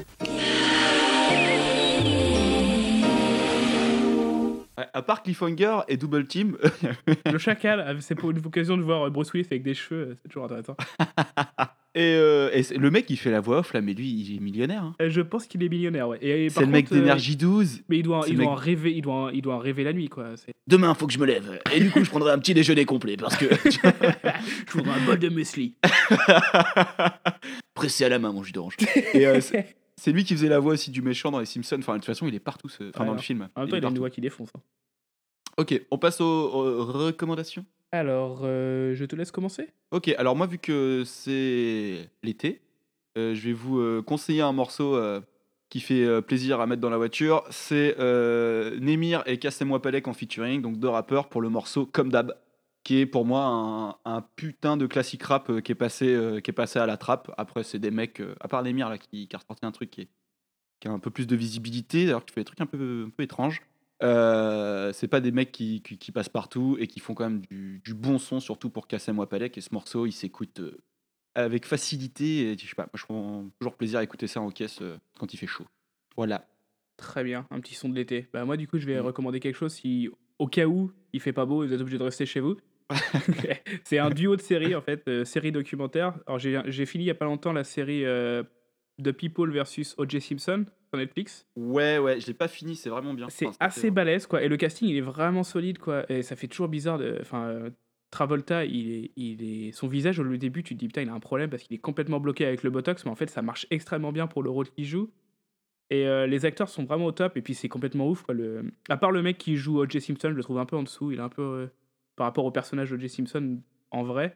Ouais, à part Cliffhanger et Double Team. Le Chacal, c'est pour une occasion de voir Bruce Willis avec des cheveux, c'est toujours intéressant. Et, euh, et c'est- le mec, il fait la voix off là, mais lui, il est millionnaire. hein. Euh, Je pense qu'il est millionnaire, ouais. Et, et par C'est le mec contre, euh, d'énergie douze. Mais il doit, C'est il le doit mec- en rêver, il doit, en- il doit en rêver la nuit, quoi. C'est- Demain, faut que je me lève. Et du coup, je prendrai un petit déjeuner complet parce que. Je voudrais un bol de muesli. Pressé à la main, mon jus d'orange. Et euh, c'est c'est lui qui faisait la voix aussi du méchant dans les Simpsons. Enfin, de toute façon, il est partout. ce- Enfin, Ouais, dans non. le film. En même temps, est il a une partout. voix qui défonce. hein. Ok, on passe aux, aux recommandations. Alors, euh, je te laisse commencer. Ok, alors moi, vu que c'est l'été, euh, je vais vous euh, conseiller un morceau euh, qui fait euh, plaisir à mettre dans la voiture. C'est euh, Nemir et Cassez-moi Palek en featuring, donc deux rappeurs pour le morceau Comme d'hab, qui est pour moi un, un putain de classique rap euh, qui, est passé, euh, qui est passé à la trappe. Après, c'est des mecs, euh, à part Nemir là, qui, qui a ressorti un truc qui, est- qui a un peu plus de visibilité, alors qui fait des trucs un peu, un peu étranges. Euh, c'est pas des mecs qui, qui, qui passent partout et qui font quand même du, du bon son, surtout pour Cassez-moi Palek. Et ce morceau, il s'écoute euh, avec facilité. Et je sais pas, moi je prends toujours plaisir à écouter ça en caisse euh, quand il fait chaud. Voilà. Très bien, un petit son de l'été. Bah, moi, du coup, je vais Mm. recommander quelque chose si, au cas où il fait pas beau, vous êtes obligé de rester chez vous. C'est un duo de séries, en fait, euh, série documentaire. Alors, j'ai j'ai fini il y a pas longtemps la série euh, The People versus O J Simpson sur Netflix. Ouais, ouais, je l'ai pas fini, c'est vraiment bien. C'est Enfin, c'était assez balèze, quoi. Et le casting, il est vraiment solide, quoi. Et ça fait toujours bizarre de. Enfin, euh, Travolta, il est, il est... son visage, au début, tu te dis, putain, il a un problème parce qu'il est complètement bloqué avec le botox, mais en fait, ça marche extrêmement bien pour le rôle qu'il joue. Et euh, les acteurs sont vraiment au top, et puis c'est complètement ouf, quoi. Le... À part le mec qui joue O J Simpson, je le trouve un peu en dessous. Il est un peu. euh, par rapport au personnage d'O J Simpson en vrai.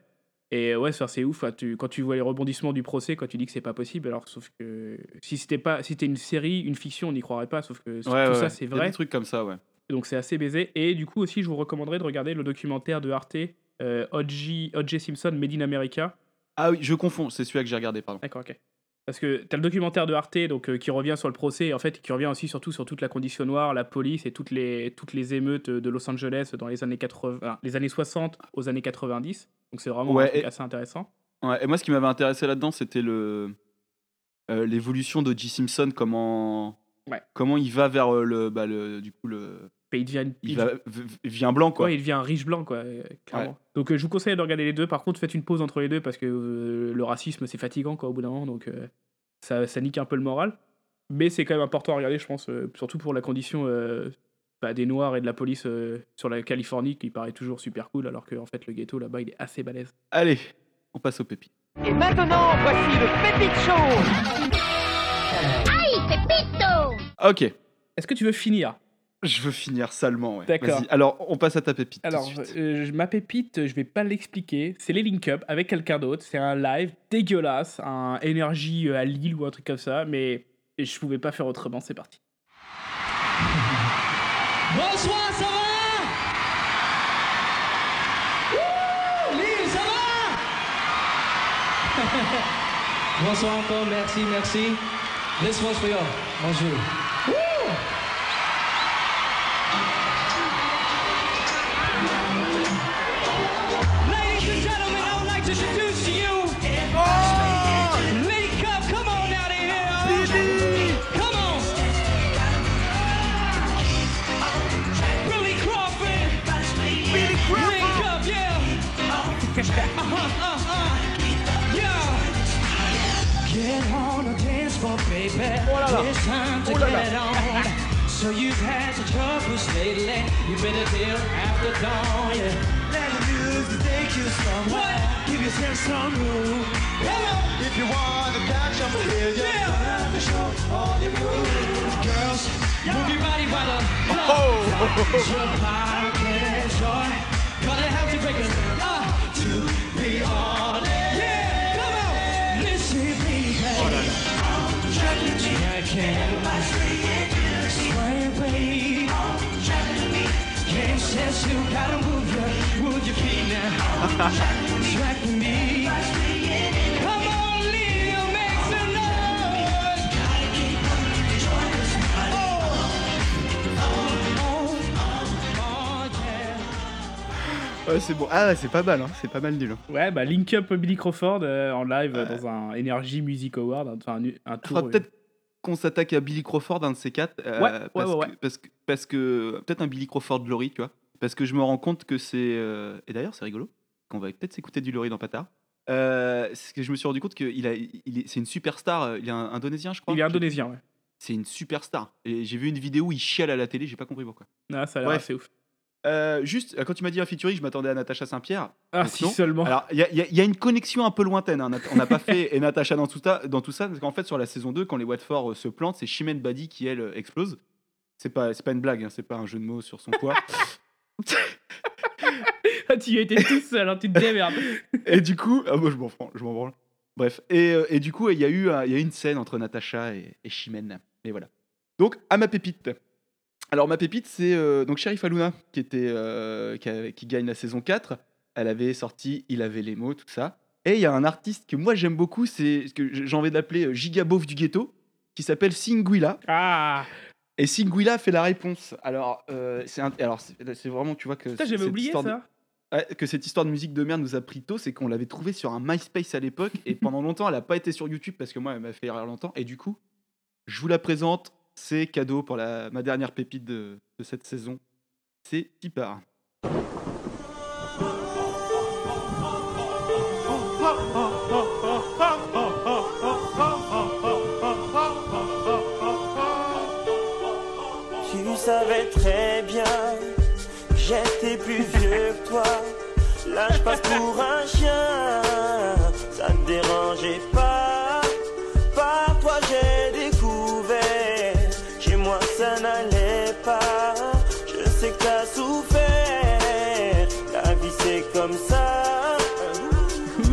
Et ouais, ça, c'est ouf. Enfin, tu, quand tu vois les rebondissements du procès, quand tu dis que c'est pas possible, alors sauf que si c'était pas, si c'était une série, une fiction, on n'y croirait pas. Sauf que Ouais, tout ouais, ça, ouais. c'est Il y a vrai. des trucs comme ça, ouais. Donc c'est assez baisé. Et du coup aussi, je vous recommanderais de regarder le documentaire de Arte, euh, O J O J Simpson Made in America. Ah oui, je confonds, c'est celui-là que j'ai regardé, pardon. D'accord, ok. Parce que t'as le documentaire de Arte donc, euh, qui revient sur le procès, et en fait, qui revient aussi surtout sur toute la condition noire, la police et toutes les, toutes les émeutes de Los Angeles dans les années, quatre-vingts, les années soixante aux années quatre-vingt-dix. Donc c'est vraiment Ouais, un truc et- assez intéressant. Ouais, et moi, ce qui m'avait intéressé là-dedans, c'était le euh, l'évolution d'O J Simpson, comment Ouais. comment il va vers euh, le bah le du coup le Et il devient, il va v- v- il devient blanc quoi. Ouais, il devient un riche blanc, quoi, euh, clairement. Ouais. Donc euh, je vous conseille de regarder les deux. Par contre, faites une pause entre les deux parce que euh, le racisme, c'est fatigant, quoi, au bout d'un moment. Donc euh, ça, ça nique un peu le moral. Mais c'est quand même important à regarder, je pense, euh, surtout pour la condition euh, bah, des Noirs et de la police euh, sur la Californie, qui paraît toujours super cool, alors que en fait, le ghetto là-bas, il est assez balèze. Allez, on passe au pépi. Et maintenant, voici le Pépite Show. Aïe, Pépito! Ok, Est-ce que tu veux finir? je veux finir salement, ouais. D'accord. Vas-y. Alors, on passe à ta pépite. tout de Alors, suite. euh, je- ma pépite, je vais pas l'expliquer. C'est les Link Up avec quelqu'un d'autre. C'est un live dégueulasse, un énergie euh, à Lille ou un truc comme ça, mais je pouvais pas faire autrement. C'est parti. Bonsoir, ça va? Wouh, Lille, ça va? Bonsoir encore, merci, merci. This one's for you. Bonjour. Woo! Ladies and gentlemen, I would like to introduce to you. Link Up, come on out of here. Come on. Billy Crawford. Billy Crawford. Link Up, yeah. uh-huh, uh-huh. Yeah. Get on the dance floor, baby. It's time to get on. So you've had your troubles lately. You better deal after dawn, yeah. Let the music take you somewhere. Give yourself some room. Come on. If you want to dance, I'm here. Yeah. Have to show all your moves. Girls, move your body right up. Oh. Your pocket, joy. Gonna have to break it up to be honest. Yeah. Come on. Listen, baby. Tracking, tracking. Swaying, baby. Can't sense you gotta move your, move your feet now. Tracking me. Come on, Leo, make some noise. Ouais, c'est bon. Ah, ouais, c'est pas mal, hein. C'est pas mal nul. hein. Ouais, bah Link Up Billy Crawford euh, en live euh, dans un Energy Music Award, enfin un, un tour. Faudra peut-être qu'on s'attaque à Billy Crawford, un de ces quatre. euh, Ouais, ouais, parce, ouais, que, ouais. parce que parce que peut-être un Billy Crawford Glory, tu vois. Parce que je me rends compte que c'est euh, et d'ailleurs c'est rigolo qu'on va peut-être s'écouter du Glory dans Patard. Euh, c'est que je me suis rendu compte que il a, il est, c'est une superstar. euh, Il est un indonésien, je crois. Il est indonésien, ouais. C'est une superstar. Et j'ai vu une vidéo où il chiale à la télé, j'ai pas compris pourquoi. Ah, ça a l'air Bref. assez ouf. Euh, juste, quand tu m'as dit un featuring, je m'attendais à Natacha Saint-Pierre. Ah, Donc si non. seulement. Alors, il y, a- il y a- il y a une connexion un peu lointaine. hein. On n'a pas fait et Natacha dans tout, ça, dans tout ça, parce qu'en fait, sur la saison deux, quand les Watford euh, se plantent, c'est Chimène Badi qui, elle, euh, explose. C'est pas, c'est pas une blague, hein, c'est pas un jeu de mots sur son poids. Ah, tu y as été tout seul, hein, tu te démerdes. Et du coup, ah, moi, je m'en prends, je m'en branle. Bref, et, euh, et du coup, il y a eu euh, il y a eu une scène entre Natacha et, et Chimène. Et voilà. Donc, à ma pépite. Alors, ma pépite, c'est euh, donc Sheriff Aluna, qui, était, euh, qui, a- qui gagne la saison quatre. Elle avait sorti Il avait les mots, tout ça. Et il y a un artiste que moi j'aime beaucoup, c'est ce que j'ai envie d'appeler euh, Gigabeauf du ghetto, qui s'appelle Singuila. Ah. Et Singuila fait la réponse. Alors, euh, c'est un- alors c'est c'est vraiment, tu vois que. Putain, j'avais cette oublié histoire de- ça. Ouais, que cette histoire de musique de merde nous a pris tôt, c'est qu'on l'avait trouvée sur un MySpace à l'époque, et pendant longtemps, elle n'a pas été sur YouTube parce que moi, elle m'a fait rire longtemps. Et du coup, je vous la présente, c'est cadeau pour la, ma dernière pépite de, de cette saison. C'est Tipar. Tu savais très bien que j'étais plus vieux que toi. Là je passe pour un chien, ça ne dérangeait pas. Par toi j'ai découvert, chez moi ça n'allait pas. Je sais que t'as souffert, la vie c'est comme ça.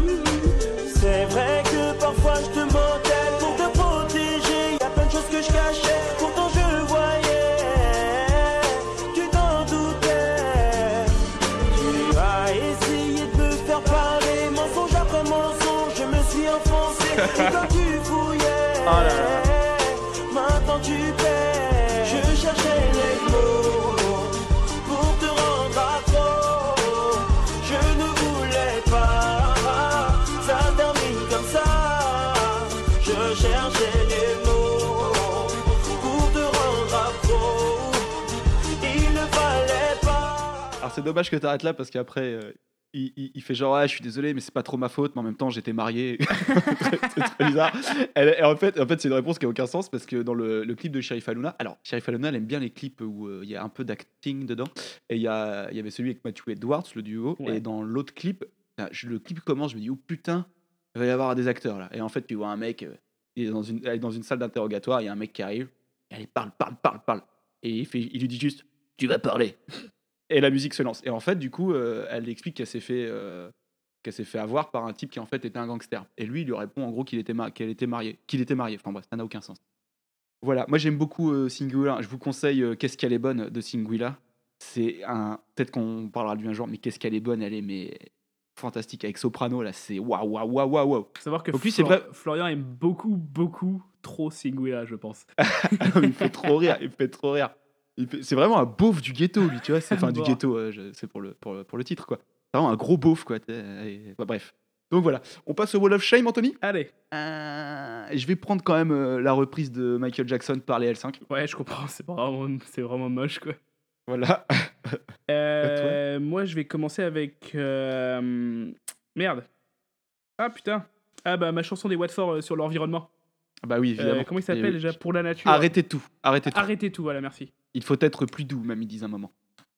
quand tu fouillais, Oh là là. maintenant tu paies. Je cherchais les mots pour te rendre accro. Je ne voulais pas, ça termine comme ça. Je cherchais les mots pour te rendre accro. Il ne fallait pas. Alors c'est dommage que t'arrêtes là parce qu'après euh, il, il- il fait genre ah, je suis désolé mais c'est pas trop ma faute mais en même temps j'étais marié. C'est très bizarre. Elle- et en fait, en fait c'est une réponse qui a aucun sens parce que dans le, le clip de Sheriff Aluna, alors Sheriff Aluna elle aime bien les clips où euh, il y a un peu d'acting dedans et il y, a- il y avait celui avec Matthew Edwards le duo Ouais. et dans l'autre clip là, je- le clip commence je me dis oh putain il va y avoir des acteurs là et en fait tu vois un mec euh, il est dans une, elle est dans une salle d'interrogatoire il y a un mec qui arrive et elle parle parle parle parle et il, fait, il lui dit juste tu vas parler. Et la musique se lance. Et en fait, du coup, euh, elle explique qu'elle s'est fait, euh, qu'elle s'est fait avoir par un type qui en fait était un gangster. Et lui, il lui répond en gros qu'il était, ma- qu'elle était mariée, qu'il était marié. Enfin bref, ça n'a aucun sens. Voilà, moi j'aime beaucoup euh, Singuilla. Je vous conseille euh, Qu'est-ce qu'elle est bonne de Singuilla. C'est un, peut-être qu'on parlera de lui un jour, mais Qu'est-ce qu'elle est bonne, elle est mais fantastique avec Soprano là. C'est waouh waouh waouh waouh waouh. Faut savoir que Donc lui, c'est Flor- vrai. Florian aime beaucoup, beaucoup trop Singuilla, je pense. il me fait trop rire, il me fait trop rire. Il fait- C'est vraiment un beauf du ghetto, lui, tu vois. C'est enfin du Bon. ghetto, euh, je- c'est pour le, pour, le, pour le titre, quoi. C'est vraiment un gros beauf, quoi. t'es- et- ouais, bref. Donc voilà. On passe au Wall of Shame, Anthony. Allez. Euh, et je vais prendre quand même euh, la reprise de Michael Jackson par les L cinq. Ouais, je comprends, c'est vraiment, c'est vraiment moche, quoi. Voilà. Euh, moi, je vais commencer avec... euh, Merde. Ah, putain. Ah, bah, ma chanson des Watford euh, sur l'environnement. Ah bah oui, évidemment. Euh, comment il Et s'appelle oui. déjà? Pour la nature. Arrêtez tout. Arrêtez tout. Arrêtez tout, voilà, merci. Il faut être plus doux, même ils disent un moment.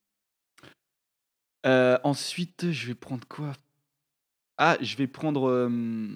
Euh, ensuite, je vais prendre quoi? Ah, je vais prendre euh,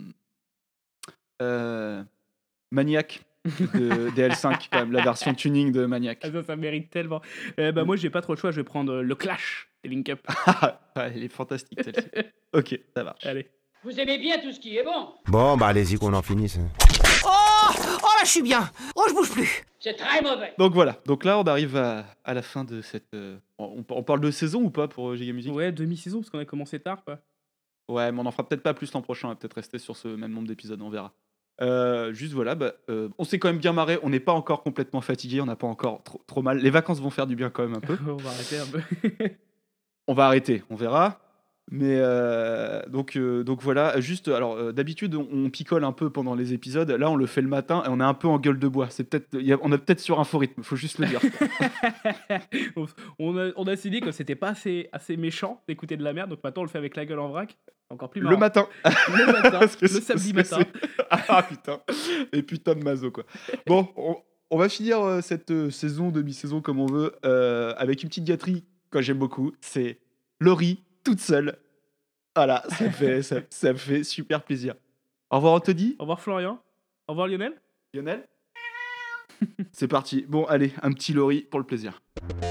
euh, Maniac de, des L cinq, quand même, la version tuning de Maniac. Ah, ça, ça mérite tellement. Euh, bah, moi, j'ai pas trop le choix, je vais prendre euh, le Clash des Link Up. Ah, elle est fantastique celle-ci. Ok, ça marche. Allez. Vous aimez bien tout ce qui est bon? Bon, bah allez-y qu'on en finisse. Oh Oh là, je suis bien. Oh, je bouge plus. C'est très mauvais. Donc voilà, donc là on arrive à, à la fin de cette... euh, on, on parle de saison ou pas pour euh, Giga Music? Ouais, demi-saison, parce qu'on a commencé tard, quoi. Ouais, mais on en fera peut-être pas plus l'an prochain, on va peut-être rester sur ce même nombre d'épisodes, on verra. Euh, juste voilà, bah, euh, on s'est quand même bien marré, on n'est pas encore complètement fatigué, on n'a pas encore trop, trop mal. Les vacances vont faire du bien quand même un peu. On va arrêter un peu. On va arrêter, on verra. Mais euh, donc, euh, donc voilà, juste, alors euh, d'habitude on, on picole un peu pendant les épisodes, là on le fait le matin et on est un peu en gueule de bois. C'est peut-être, il y a- on est peut-être sur un faux rythme, faut juste le dire. on, on a, on a décidé que c'était pas assez, assez méchant d'écouter de la merde, donc maintenant on le fait avec la gueule en vrac. Encore plus marrant. Le matin. Le matin, Parce que le c'est- samedi parce que matin. c'est- Ah putain. Et putain de mazo quoi. Bon, on, on va finir euh, cette euh, saison, demi-saison comme on veut, euh, avec une petite gâterie que j'aime beaucoup. C'est Laurie toute seule. Voilà, ça me fait, ça, ça me fait super plaisir. Au revoir Anthony. Au revoir Florian. Au revoir Lionel. Lionel. C'est parti. Bon, allez, un petit Laurie pour le plaisir.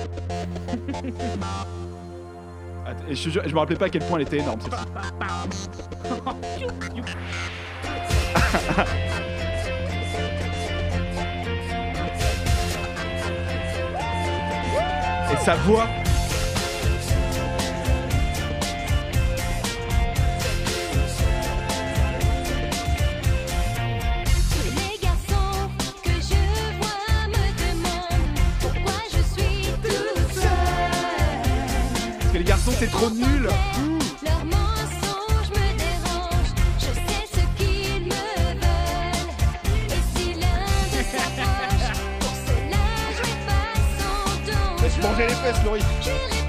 Attends, et je, te jure, je me rappelais pas à quel point elle était énorme celle-ci. Et sa voix. Les garçons que je vois me demandent pourquoi je suis toute seule. Parce que les garçons, c'est trop nul. Leurs mensonges me dérangent, je sais ce qu'ils me veulent. Et si l'un de s'approche, pour cela je vais pas sans danger. Laisse manger les fesses, Laurie. J'irai